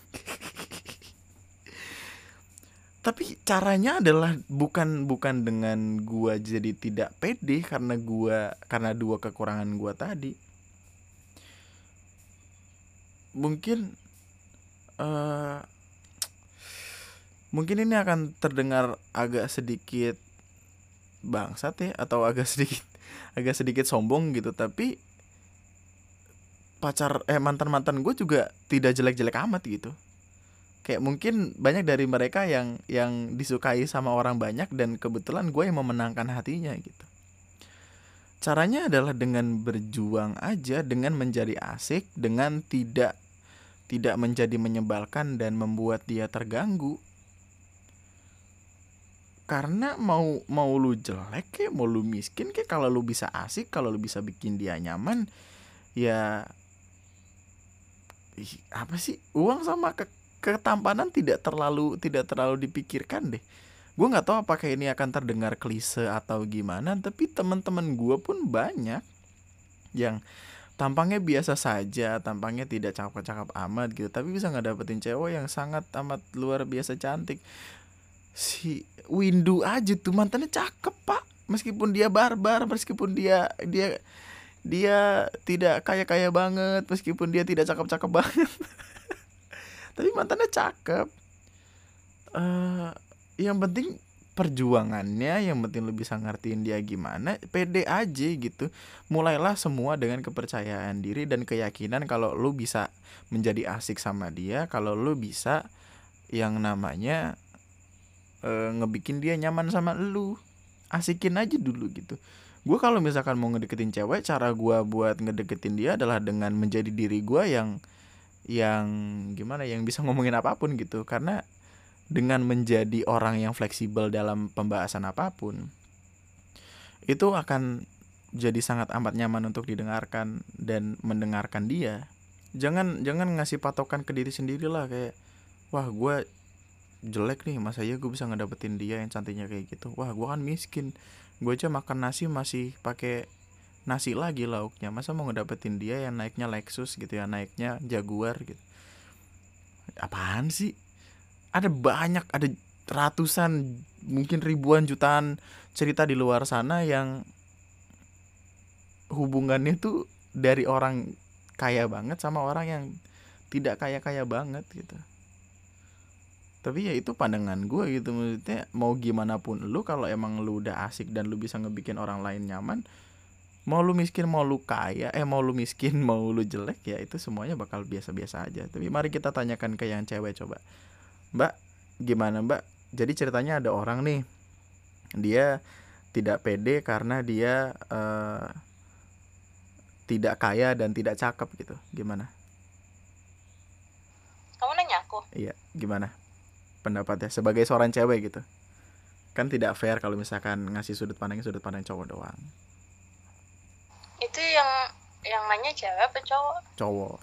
Tapi caranya adalah bukan bukan dengan gua jadi tidak pede karena gua karena dua kekurangan gua tadi. Mungkin uh, mungkin ini akan terdengar agak sedikit bangsat ya, atau agak sedikit agak sedikit sombong gitu, tapi pacar eh mantan-mantan gue juga tidak jelek-jelek amat gitu. Kayak mungkin banyak dari mereka yang yang disukai sama orang banyak dan kebetulan gue yang memenangkan hatinya gitu. Caranya adalah dengan berjuang aja, dengan menjadi asik, dengan tidak tidak menjadi menyebalkan dan membuat dia terganggu. Karena mau mau lu jelek kayak mau lu miskin kayak, kalau lu bisa asik, kalau lu bisa bikin dia nyaman, ya ih, apa sih, uang sama ke ketampanan tidak terlalu tidak terlalu dipikirkan deh. Gue nggak tahu apakah ini akan terdengar klise atau gimana, tapi teman-teman gue pun banyak yang tampangnya biasa saja, tampangnya tidak cakep-cakep amat gitu, tapi bisa ngedapetin cewek yang sangat amat luar biasa cantik. Si Windu aja tuh mantannya cakep pak, meskipun dia barbar, meskipun dia dia dia tidak kaya kaya banget, meskipun dia tidak cakep cakep banget, tapi mantannya cakep. Eh yang penting perjuangannya, yang penting lu bisa ngertiin dia gimana, pede aja gitu. Mulailah semua dengan kepercayaan diri dan keyakinan kalau lu bisa menjadi asik sama dia, kalau lu bisa yang namanya e, ngebikin dia nyaman sama lu. Asikin aja dulu gitu. Gue kalau misalkan mau ngedeketin cewek, cara gue buat ngedeketin dia adalah dengan menjadi diri gue yang yang gimana, yang bisa ngomongin apapun gitu. Karena dengan menjadi orang yang fleksibel dalam pembahasan apapun, itu akan jadi sangat amat nyaman untuk didengarkan dan mendengarkan dia. Jangan jangan ngasih patokan ke diri sendiri lah, kayak wah gue jelek nih, masa ya gue bisa ngedapetin dia yang cantiknya kayak gitu. Wah gue kan miskin, gue aja makan nasi masih pakai nasi lagi lauknya, masa mau ngedapetin dia yang naiknya Lexus gitu ya, naiknya Jaguar gitu. Apaan sih? Ada banyak, ada ratusan, mungkin ribuan, jutaan cerita di luar sana yang hubungannya tuh dari orang kaya banget sama orang yang tidak kaya-kaya banget gitu. Tapi ya itu pandangan gue gitu, maksudnya mau gimana pun lu, kalau emang lu udah asik dan lu bisa ngebikin orang lain nyaman, mau lu miskin mau lu kaya, eh mau lu miskin mau lu jelek, ya itu semuanya bakal biasa-biasa aja. Tapi mari kita tanyakan ke yang cewek coba. Mbak, gimana mbak? Jadi ceritanya ada orang nih, dia tidak pede karena dia uh, tidak kaya dan tidak cakep gitu. Gimana? Kamu nanya aku? Iya, gimana pendapatnya sebagai seorang cewek gitu? Kan tidak fair kalau misalkan ngasih sudut pandangnya sudut pandang cowok doang. Itu yang yang nanya cewek apa cowok? Cowok.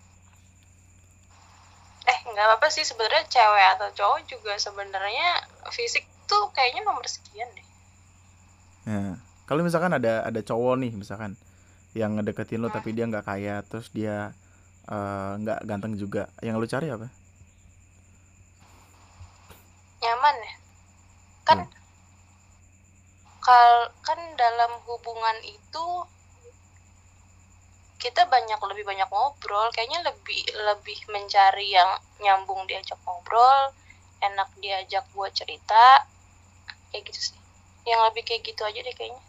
Eh nggak apa-apa sih sebenarnya, cewek atau cowok juga sebenarnya fisik tuh kayaknya nomor sekian deh. Nah, kalau misalkan ada ada cowok nih misalkan yang ngedeketin lo, hmm. tapi dia nggak kaya, terus dia nggak uh, ganteng juga, yang lo cari apa? Nyaman ya kan. hmm. Kal kan dalam hubungan itu kita banyak lebih banyak ngobrol, kayaknya lebih lebih mencari yang nyambung diajak ngobrol, enak diajak buat cerita, kayak gitu sih. Yang lebih kayak gitu aja deh kayaknya.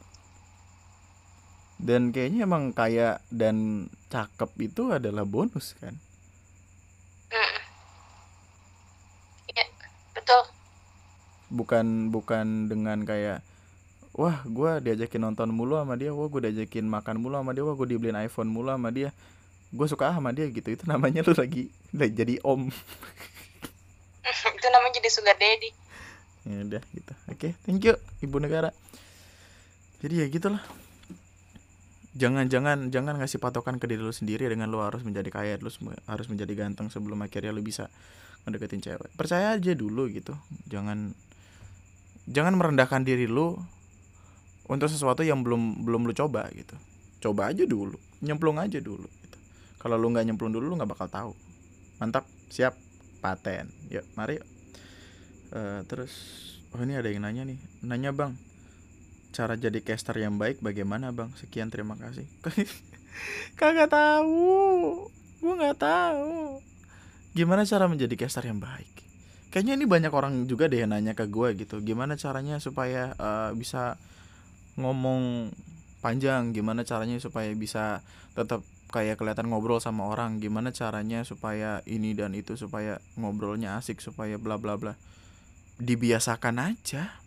Dan kayaknya emang kaya dan cakep itu adalah bonus kan? Mm. Ya, betul. Bukan bukan dengan kayak wah gue diajakin nonton mulu sama dia, wah gue diajakin makan mulu sama dia, wah gue dibeliin iPhone mulu sama dia, gue suka sama dia gitu. Itu namanya lu lagi jadi om. Itu namanya jadi sugar daddy. Ya udah gitu. Oke, thank you ibu negara. Jadi ya gitulah. Jangan jangan jangan ngasih patokan ke diri lu sendiri dengan lu harus menjadi kaya, lu harus menjadi ganteng sebelum akhirnya lu bisa ngedeketin cewek. Percaya aja dulu gitu. Jangan jangan merendahkan diri lu untuk sesuatu yang belum belum lu coba gitu. Coba aja dulu, nyemplung aja dulu gitu. Kalau lu nggak nyemplung dulu, lu nggak bakal tahu. Mantap, siap, paten. Yuk, mari. Uh, terus, oh ini ada yang nanya nih, nanya bang, cara jadi caster yang baik bagaimana bang? Sekian, terima kasih. Kagak tahu, gue nggak tahu. Gimana cara menjadi caster yang baik? Kayaknya ini banyak orang juga deh yang nanya ke gue gitu. Gimana caranya supaya uh, bisa ngomong panjang, gimana caranya supaya bisa tetap kayak kelihatan ngobrol sama orang, gimana caranya supaya ini dan itu, supaya ngobrolnya asik, supaya bla bla bla. Dibiasakan aja.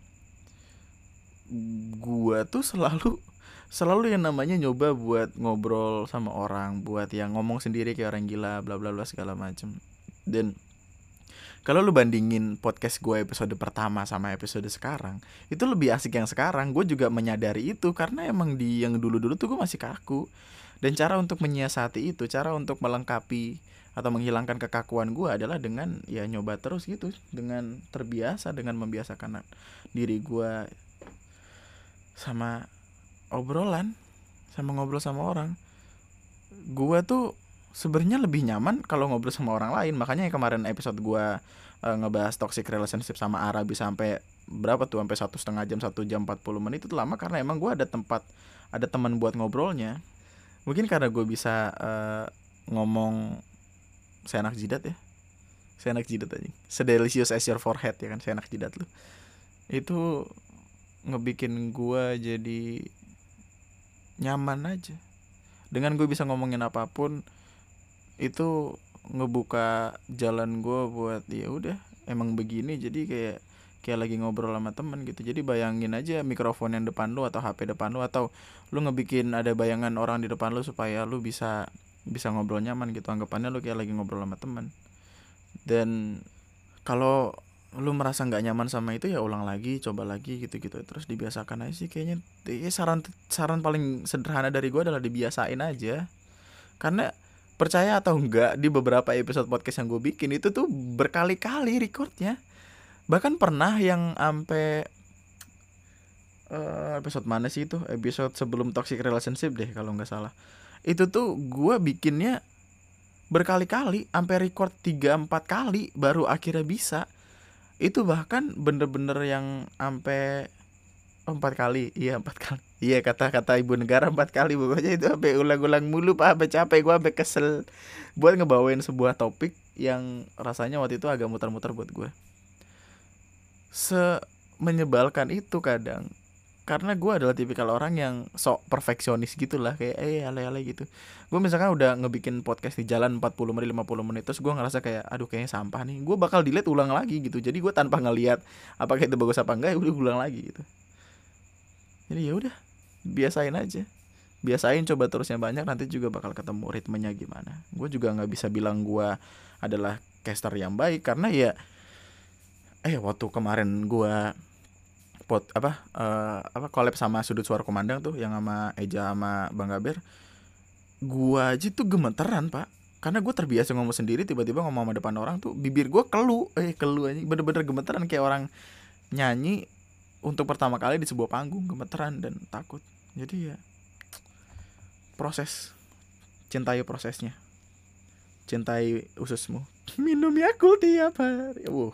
Gua tuh selalu selalu yang namanya nyoba buat ngobrol sama orang, buat yang ngomong sendiri kayak orang gila, bla bla bla segala macem. Dan kalau lu bandingin podcast gue episode pertama sama episode sekarang, itu lebih asik yang sekarang. Gue juga menyadari itu karena emang di yang dulu-dulu tuh gue masih kaku. Dan cara untuk menyiasati itu, cara untuk melengkapi atau menghilangkan kekakuan gue adalah dengan ya nyoba terus gitu, dengan terbiasa, dengan membiasakan diri gue sama obrolan, sama ngobrol sama orang. Gue tuh sebenarnya lebih nyaman kalau ngobrol sama orang lain. Makanya kemarin episode gue uh, ngebahas toxic relationship sama Ara bisa sampai berapa tuh, sampai satu setengah jam, satu jam empat puluh menit, itu lama karena emang gue ada tempat, ada teman buat ngobrolnya. Mungkin karena gue bisa uh, ngomong seenak jidat ya, seenak jidat aja, sedelicious as your forehead ya kan, seenak jidat lu. Itu ngebikin gue jadi nyaman aja. Dengan gue bisa ngomongin apapun, itu ngebuka jalan gue buat ya udah emang begini, jadi kayak kayak lagi ngobrol sama temen gitu. Jadi bayangin aja mikrofon yang depan lu atau H P depan lu, atau lu ngebikin ada bayangan orang di depan lu supaya lu bisa bisa ngobrol nyaman gitu. Anggapannya lu kayak lagi ngobrol sama temen. Dan kalau lu merasa nggak nyaman sama itu ya ulang lagi, coba lagi gitu-gitu, terus dibiasakan aja sih kayaknya. Ya, saran saran paling sederhana dari gue adalah dibiasain aja. Karena percaya atau enggak, di beberapa episode podcast yang gue bikin itu tuh berkali-kali recordnya. Bahkan pernah yang ampe uh, episode mana sih itu, episode sebelum toxic relationship deh kalau nggak salah. Itu tuh gue bikinnya berkali-kali, sampai record tiga empat kali baru akhirnya bisa. Itu bahkan bener-bener yang sampai empat kali, iya empat kali, iya kata-kata ibu negara empat kali. Pokoknya itu sampai ulang-ulang mulu pak, sampai capek gue, sampai kesel buat ngebawain sebuah topik yang rasanya waktu itu agak muter-muter buat gue. Se menyebalkan itu kadang, karena gue adalah tipikal orang yang sok perfeksionis gitulah, kayak eh ale-ale gitu. Gue misalkan udah ngebikin podcast di jalan empat puluh menit lima puluh menit, terus gue ngerasa kayak aduh kayaknya sampah nih, gue bakal delete ulang lagi gitu. Jadi gue tanpa ngelihat apakah itu bagus apa enggak, ya udah ulang lagi gitu. Jadi ya udah, biasain aja, biasain, coba terusnya banyak, nanti juga bakal ketemu ritmenya gimana. Gue juga nggak bisa bilang gue adalah caster yang baik, karena ya eh waktu kemarin gue pot apa uh, apa collab sama Sudut Suara Komandang tuh, yang sama Eja sama Bang Gaber, gue aja tuh gemeteran pak, karena gue terbiasa ngomong sendiri, tiba-tiba ngomong sama depan orang tuh bibir gue kelu, eh kelu aja, bener-bener gemeteran kayak orang nyanyi untuk pertama kali di sebuah panggung, gemeteran dan takut. Jadi ya proses, cintai prosesnya, cintai ususmu, minum Yakult tiap hari. Wuh.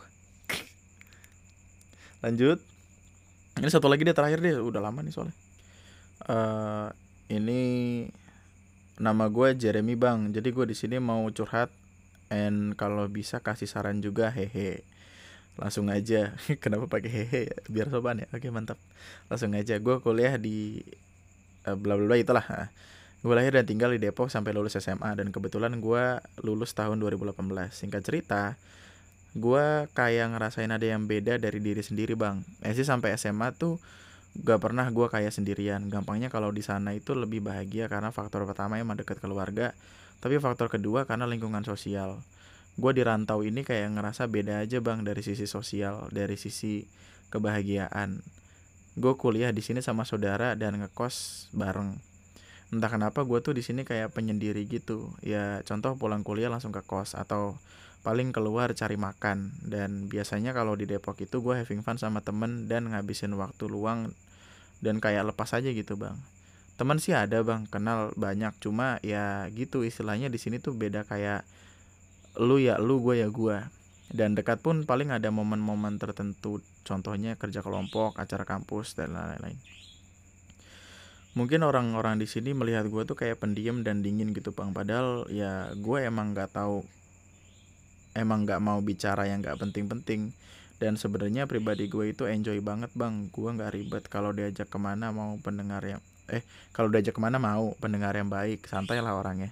Lanjut. Ini satu lagi deh, terakhir deh, udah lama nih soalnya. Uh, ini nama gue Jeremy bang, jadi gue di sini mau curhat, and kalau bisa kasih saran juga, hehe. Langsung aja. Kenapa pakai hehe ya? Biar sopan ya. Oke mantap. Langsung aja. Gue kuliah di uh, bla bla bla itulah. Gue lahir dan tinggal di Depok sampai lulus S M A, dan kebetulan gue lulus tahun dua ribu delapan belas. Singkat cerita, gue kayak ngerasain ada yang beda dari diri sendiri bang. S D sampai S M A tuh gak pernah gue kayak sendirian. Gampangnya kalau di sana itu lebih bahagia karena faktor pertama emang dekat keluarga, tapi faktor kedua karena lingkungan sosial. Gue di rantau ini kayak ngerasa beda aja bang, dari sisi sosial, dari sisi kebahagiaan. Gue kuliah di sini sama saudara dan ngekos bareng. Entah kenapa gue tuh di sini kayak penyendiri gitu. Ya contoh pulang kuliah langsung ke kos, atau paling keluar cari makan. Dan biasanya kalau di Depok itu gue having fun sama temen dan ngabisin waktu luang dan kayak lepas aja gitu bang. Temen sih ada bang, kenal banyak, cuma ya gitu istilahnya di sini tuh beda, kayak lu ya lu, gue ya gue. Dan dekat pun paling ada momen-momen tertentu, contohnya kerja kelompok, acara kampus dan lain-lain. Mungkin orang-orang di sini melihat gue tuh kayak pendiam dan dingin gitu bang, padahal ya gue emang nggak tahu, emang nggak mau bicara yang nggak penting-penting. Dan sebenarnya pribadi gue itu enjoy banget bang, gue nggak ribet. Kalau diajak kemana mau pendengar yang eh kalau diajak kemana mau pendengar yang baik, santai lah orangnya.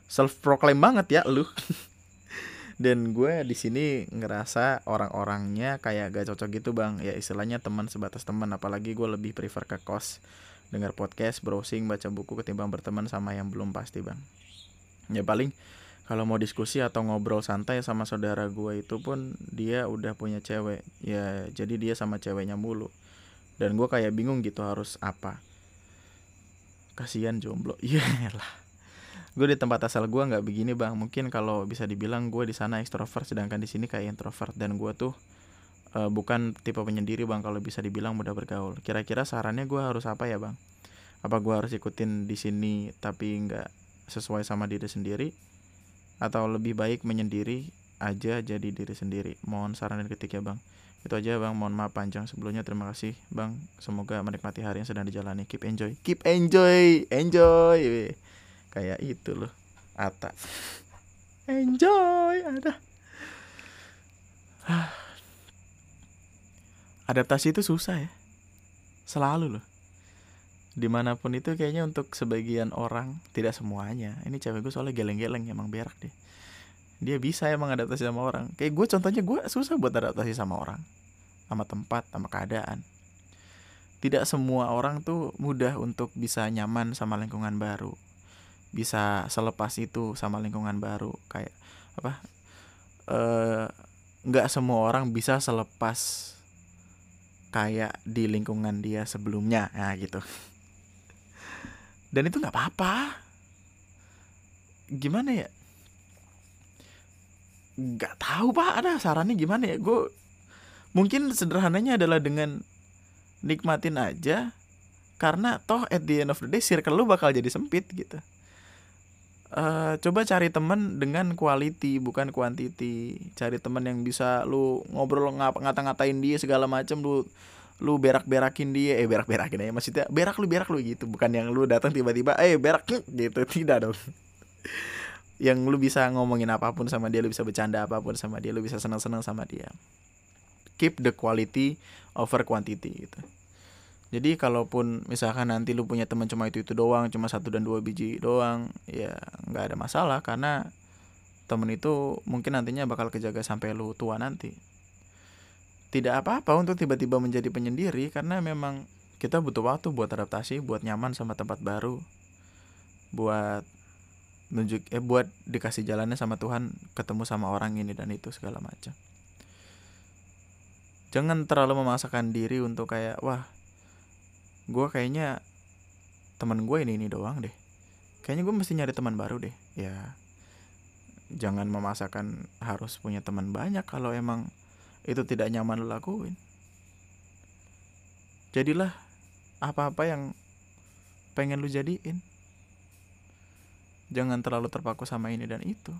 self proclaim banget ya lu. Dan gue di sini ngerasa orang-orangnya kayak gak cocok gitu bang. Ya istilahnya teman sebatas teman. Apalagi gue lebih prefer ke kos, dengar podcast, browsing, baca buku ketimbang berteman sama yang belum pasti bang. Ya paling kalau mau diskusi atau ngobrol santai sama saudara gue itu pun dia udah punya cewek. Ya jadi dia sama ceweknya mulu. Dan gue kayak bingung gitu harus apa. Kasian jomblo. Iyalah. Gue di tempat asal gue nggak begini bang. Mungkin kalau bisa dibilang gue di sana ekstrovert, sedangkan di sini kayak introvert. Dan gue tuh uh, bukan tipe penyendiri bang. Kalau bisa dibilang mudah bergaul. Kira-kira sarannya gue harus apa ya bang? Apa gue harus ikutin di sini tapi nggak sesuai sama diri sendiri? Atau lebih baik menyendiri aja jadi diri sendiri? Mohon saran dan kritik ya bang. Itu aja bang, mohon maaf panjang sebelumnya. Terima kasih bang, semoga menikmati hari yang sedang dijalani. Keep enjoy, keep enjoy, enjoy. Kayak itu loh Ata. Enjoy. Ada adaptasi itu susah ya, selalu loh. Dimanapun itu kayaknya untuk sebagian orang, tidak semuanya. Ini cewek gue soalnya geleng-geleng, emang berak deh. Dia bisa emang adaptasi sama orang. Kayak gue contohnya, gue susah buat adaptasi sama orang, sama tempat, sama keadaan. Tidak semua orang tuh mudah untuk bisa nyaman sama lingkungan baru, bisa selepas itu sama lingkungan baru. Kayak apa, eh, gak semua orang bisa selepas kayak di lingkungan dia sebelumnya. Nah gitu. Dan itu gak apa-apa. Gimana ya, gak tahu pak, ada sarannya gimana ya. Gue mungkin sederhananya adalah dengan nikmatin aja, karena toh at the end of the day circle lu bakal jadi sempit gitu. Uh, coba cari teman dengan quality bukan quantity. Cari teman yang bisa lu ngobrol ngap ngata-ngatain dia segala macem, lu lu berak-berakin dia, eh berak-berakin aja maksudnya, berak lu berak lu gitu, bukan yang lu datang tiba-tiba eh berak gitu, tidak dong. Yang lu bisa ngomongin apapun sama dia, lu bisa bercanda apapun sama dia, lu bisa senang-senang sama dia. Keep the quality over quantity gitu. Jadi kalaupun misalkan nanti lu punya teman cuma itu-itu doang, cuma satu dan dua biji doang, ya nggak ada masalah, karena temen itu mungkin nantinya bakal kejaga sampai lu tua nanti. Tidak apa-apa untuk tiba-tiba menjadi penyendiri, karena memang kita butuh waktu buat adaptasi, buat nyaman sama tempat baru, buat nunjuk eh buat dikasih jalannya sama Tuhan, ketemu sama orang ini dan itu segala macam. Jangan terlalu memaksakan diri untuk kayak, wah gue kayaknya teman gue ini ini doang deh, kayaknya gue mesti nyari teman baru deh. Ya jangan memaksakan harus punya teman banyak kalau emang itu tidak nyaman lo lakuin. Jadilah apa-apa yang pengen lu jadiin. Jangan terlalu terpaku sama ini dan itu.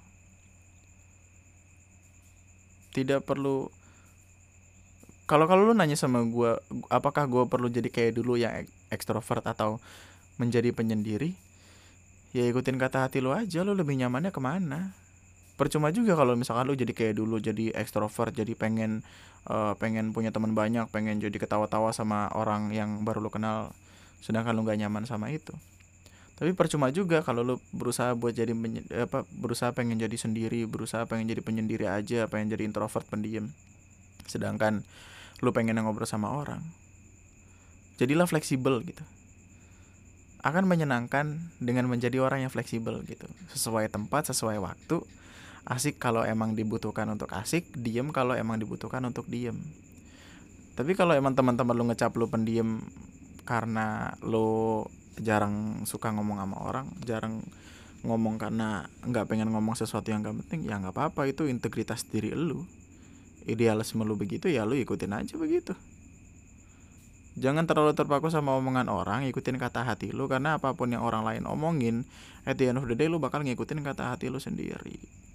Tidak perlu. Kalau kalau lu nanya sama gue, apakah gue perlu jadi kayak dulu yang ekstrovert atau menjadi penyendiri? Ya ikutin kata hati lu aja, lu lebih nyamannya kemana. Percuma juga kalau misalkan lu jadi kayak dulu, jadi ekstrovert, jadi pengen uh, pengen punya teman banyak, pengen jadi ketawa-tawa sama orang yang baru lu kenal, sedangkan lu gak nyaman sama itu. Tapi percuma juga kalau lu berusaha buat jadi apa berusaha pengen jadi sendiri, berusaha pengen jadi penyendiri aja, pengen jadi introvert pendiam, sedangkan lu pengen ngobrol sama orang. Jadilah fleksibel gitu. Akan menyenangkan dengan menjadi orang yang fleksibel gitu, sesuai tempat, sesuai waktu. Asik kalau emang dibutuhkan untuk asik, diem kalau emang dibutuhkan untuk diem. Tapi kalau emang teman-teman lu ngecap lu pendiam karena lu jarang suka ngomong sama orang, jarang ngomong karena nggak pengen ngomong sesuatu yang nggak penting, ya nggak apa-apa, itu integritas diri lu. Idealisme lu begitu, ya lu ikutin aja begitu. Jangan terlalu terpaku sama omongan orang, ikutin kata hati lu, karena apapun yang orang lain omongin, at the end of the day lu bakal ngikutin kata hati lu sendiri.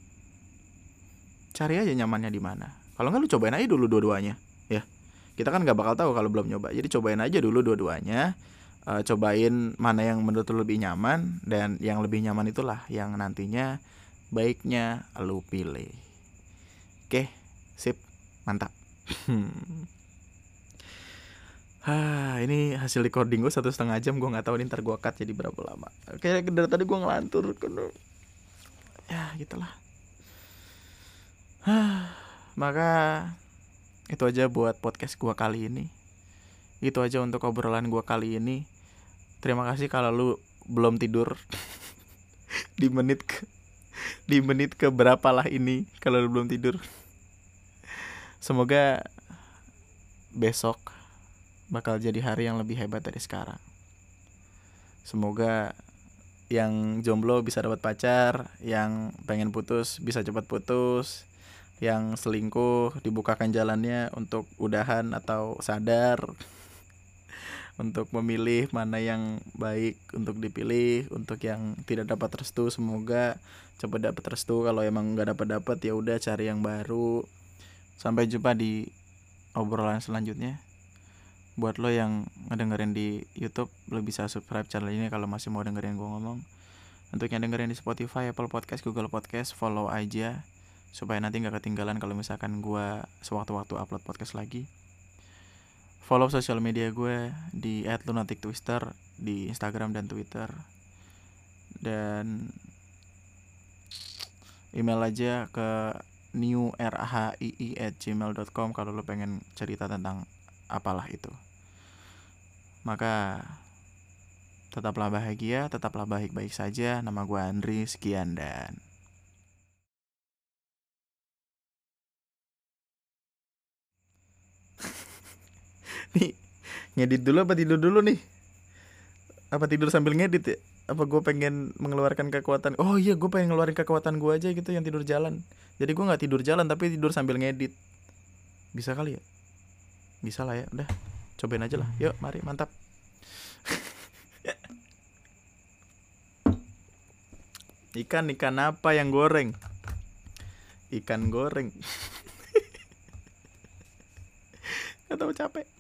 Cari aja nyamannya di mana. Kalau nggak lu cobain aja dulu dua-duanya, ya. Kita kan nggak bakal tahu kalau belum nyoba. Jadi cobain aja dulu dua-duanya. Uh, cobain mana yang menurut lu lebih nyaman, dan yang lebih nyaman itulah yang nantinya baiknya lu pilih. Oke, sip, mantap. Hah, ini hasil recording gue satu setengah jam, gue nggak tahu nih ntar gue cut jadi berapa lama. Kayak dari tadi gue ngelantur, ya gitulah. Maka itu aja buat podcast gua kali ini. Itu aja untuk obrolan gua kali ini. Terima kasih kalau lu belum tidur di menit ke di menit ke berapa lah ini kalau lu belum tidur. Semoga besok bakal jadi hari yang lebih hebat dari sekarang. Semoga yang jomblo bisa dapat pacar, yang pengen putus bisa cepat putus, yang selingkuh dibukakan jalannya untuk udahan atau sadar, untuk memilih mana yang baik untuk dipilih. Untuk yang tidak dapat restu, semoga cepat dapat restu. Kalau emang nggak dapat dapat ya udah cari yang baru. Sampai jumpa di obrolan selanjutnya. Buat lo yang ngedengerin di YouTube, lo bisa subscribe channel ini kalau masih mau dengerin gue ngomong. Untuk yang dengerin di Spotify, Apple Podcast, Google Podcast, follow aja supaya nanti gak ketinggalan kalau misalkan gue sewaktu-waktu upload podcast lagi. Follow sosial media gue di at lunatic twister di Instagram dan Twitter. Dan email aja ke newrhii at gmail dot com kalau lo pengen cerita tentang apalah itu. Maka tetaplah bahagia, tetaplah baik-baik saja. Nama gue Andri, sekian dan nih, ngedit dulu apa tidur dulu nih? Apa tidur sambil ngedit ya? Apa gue pengen mengeluarkan kekuatan? Oh iya, gue pengen ngeluarin kekuatan gue aja gitu yang tidur jalan. Jadi gue gak tidur jalan tapi tidur sambil ngedit. Bisa kali ya? Bisa lah ya, udah cobain aja lah. Yuk mari, mantap. Ikan, ikan apa yang goreng? Ikan goreng. Gak tau, capek.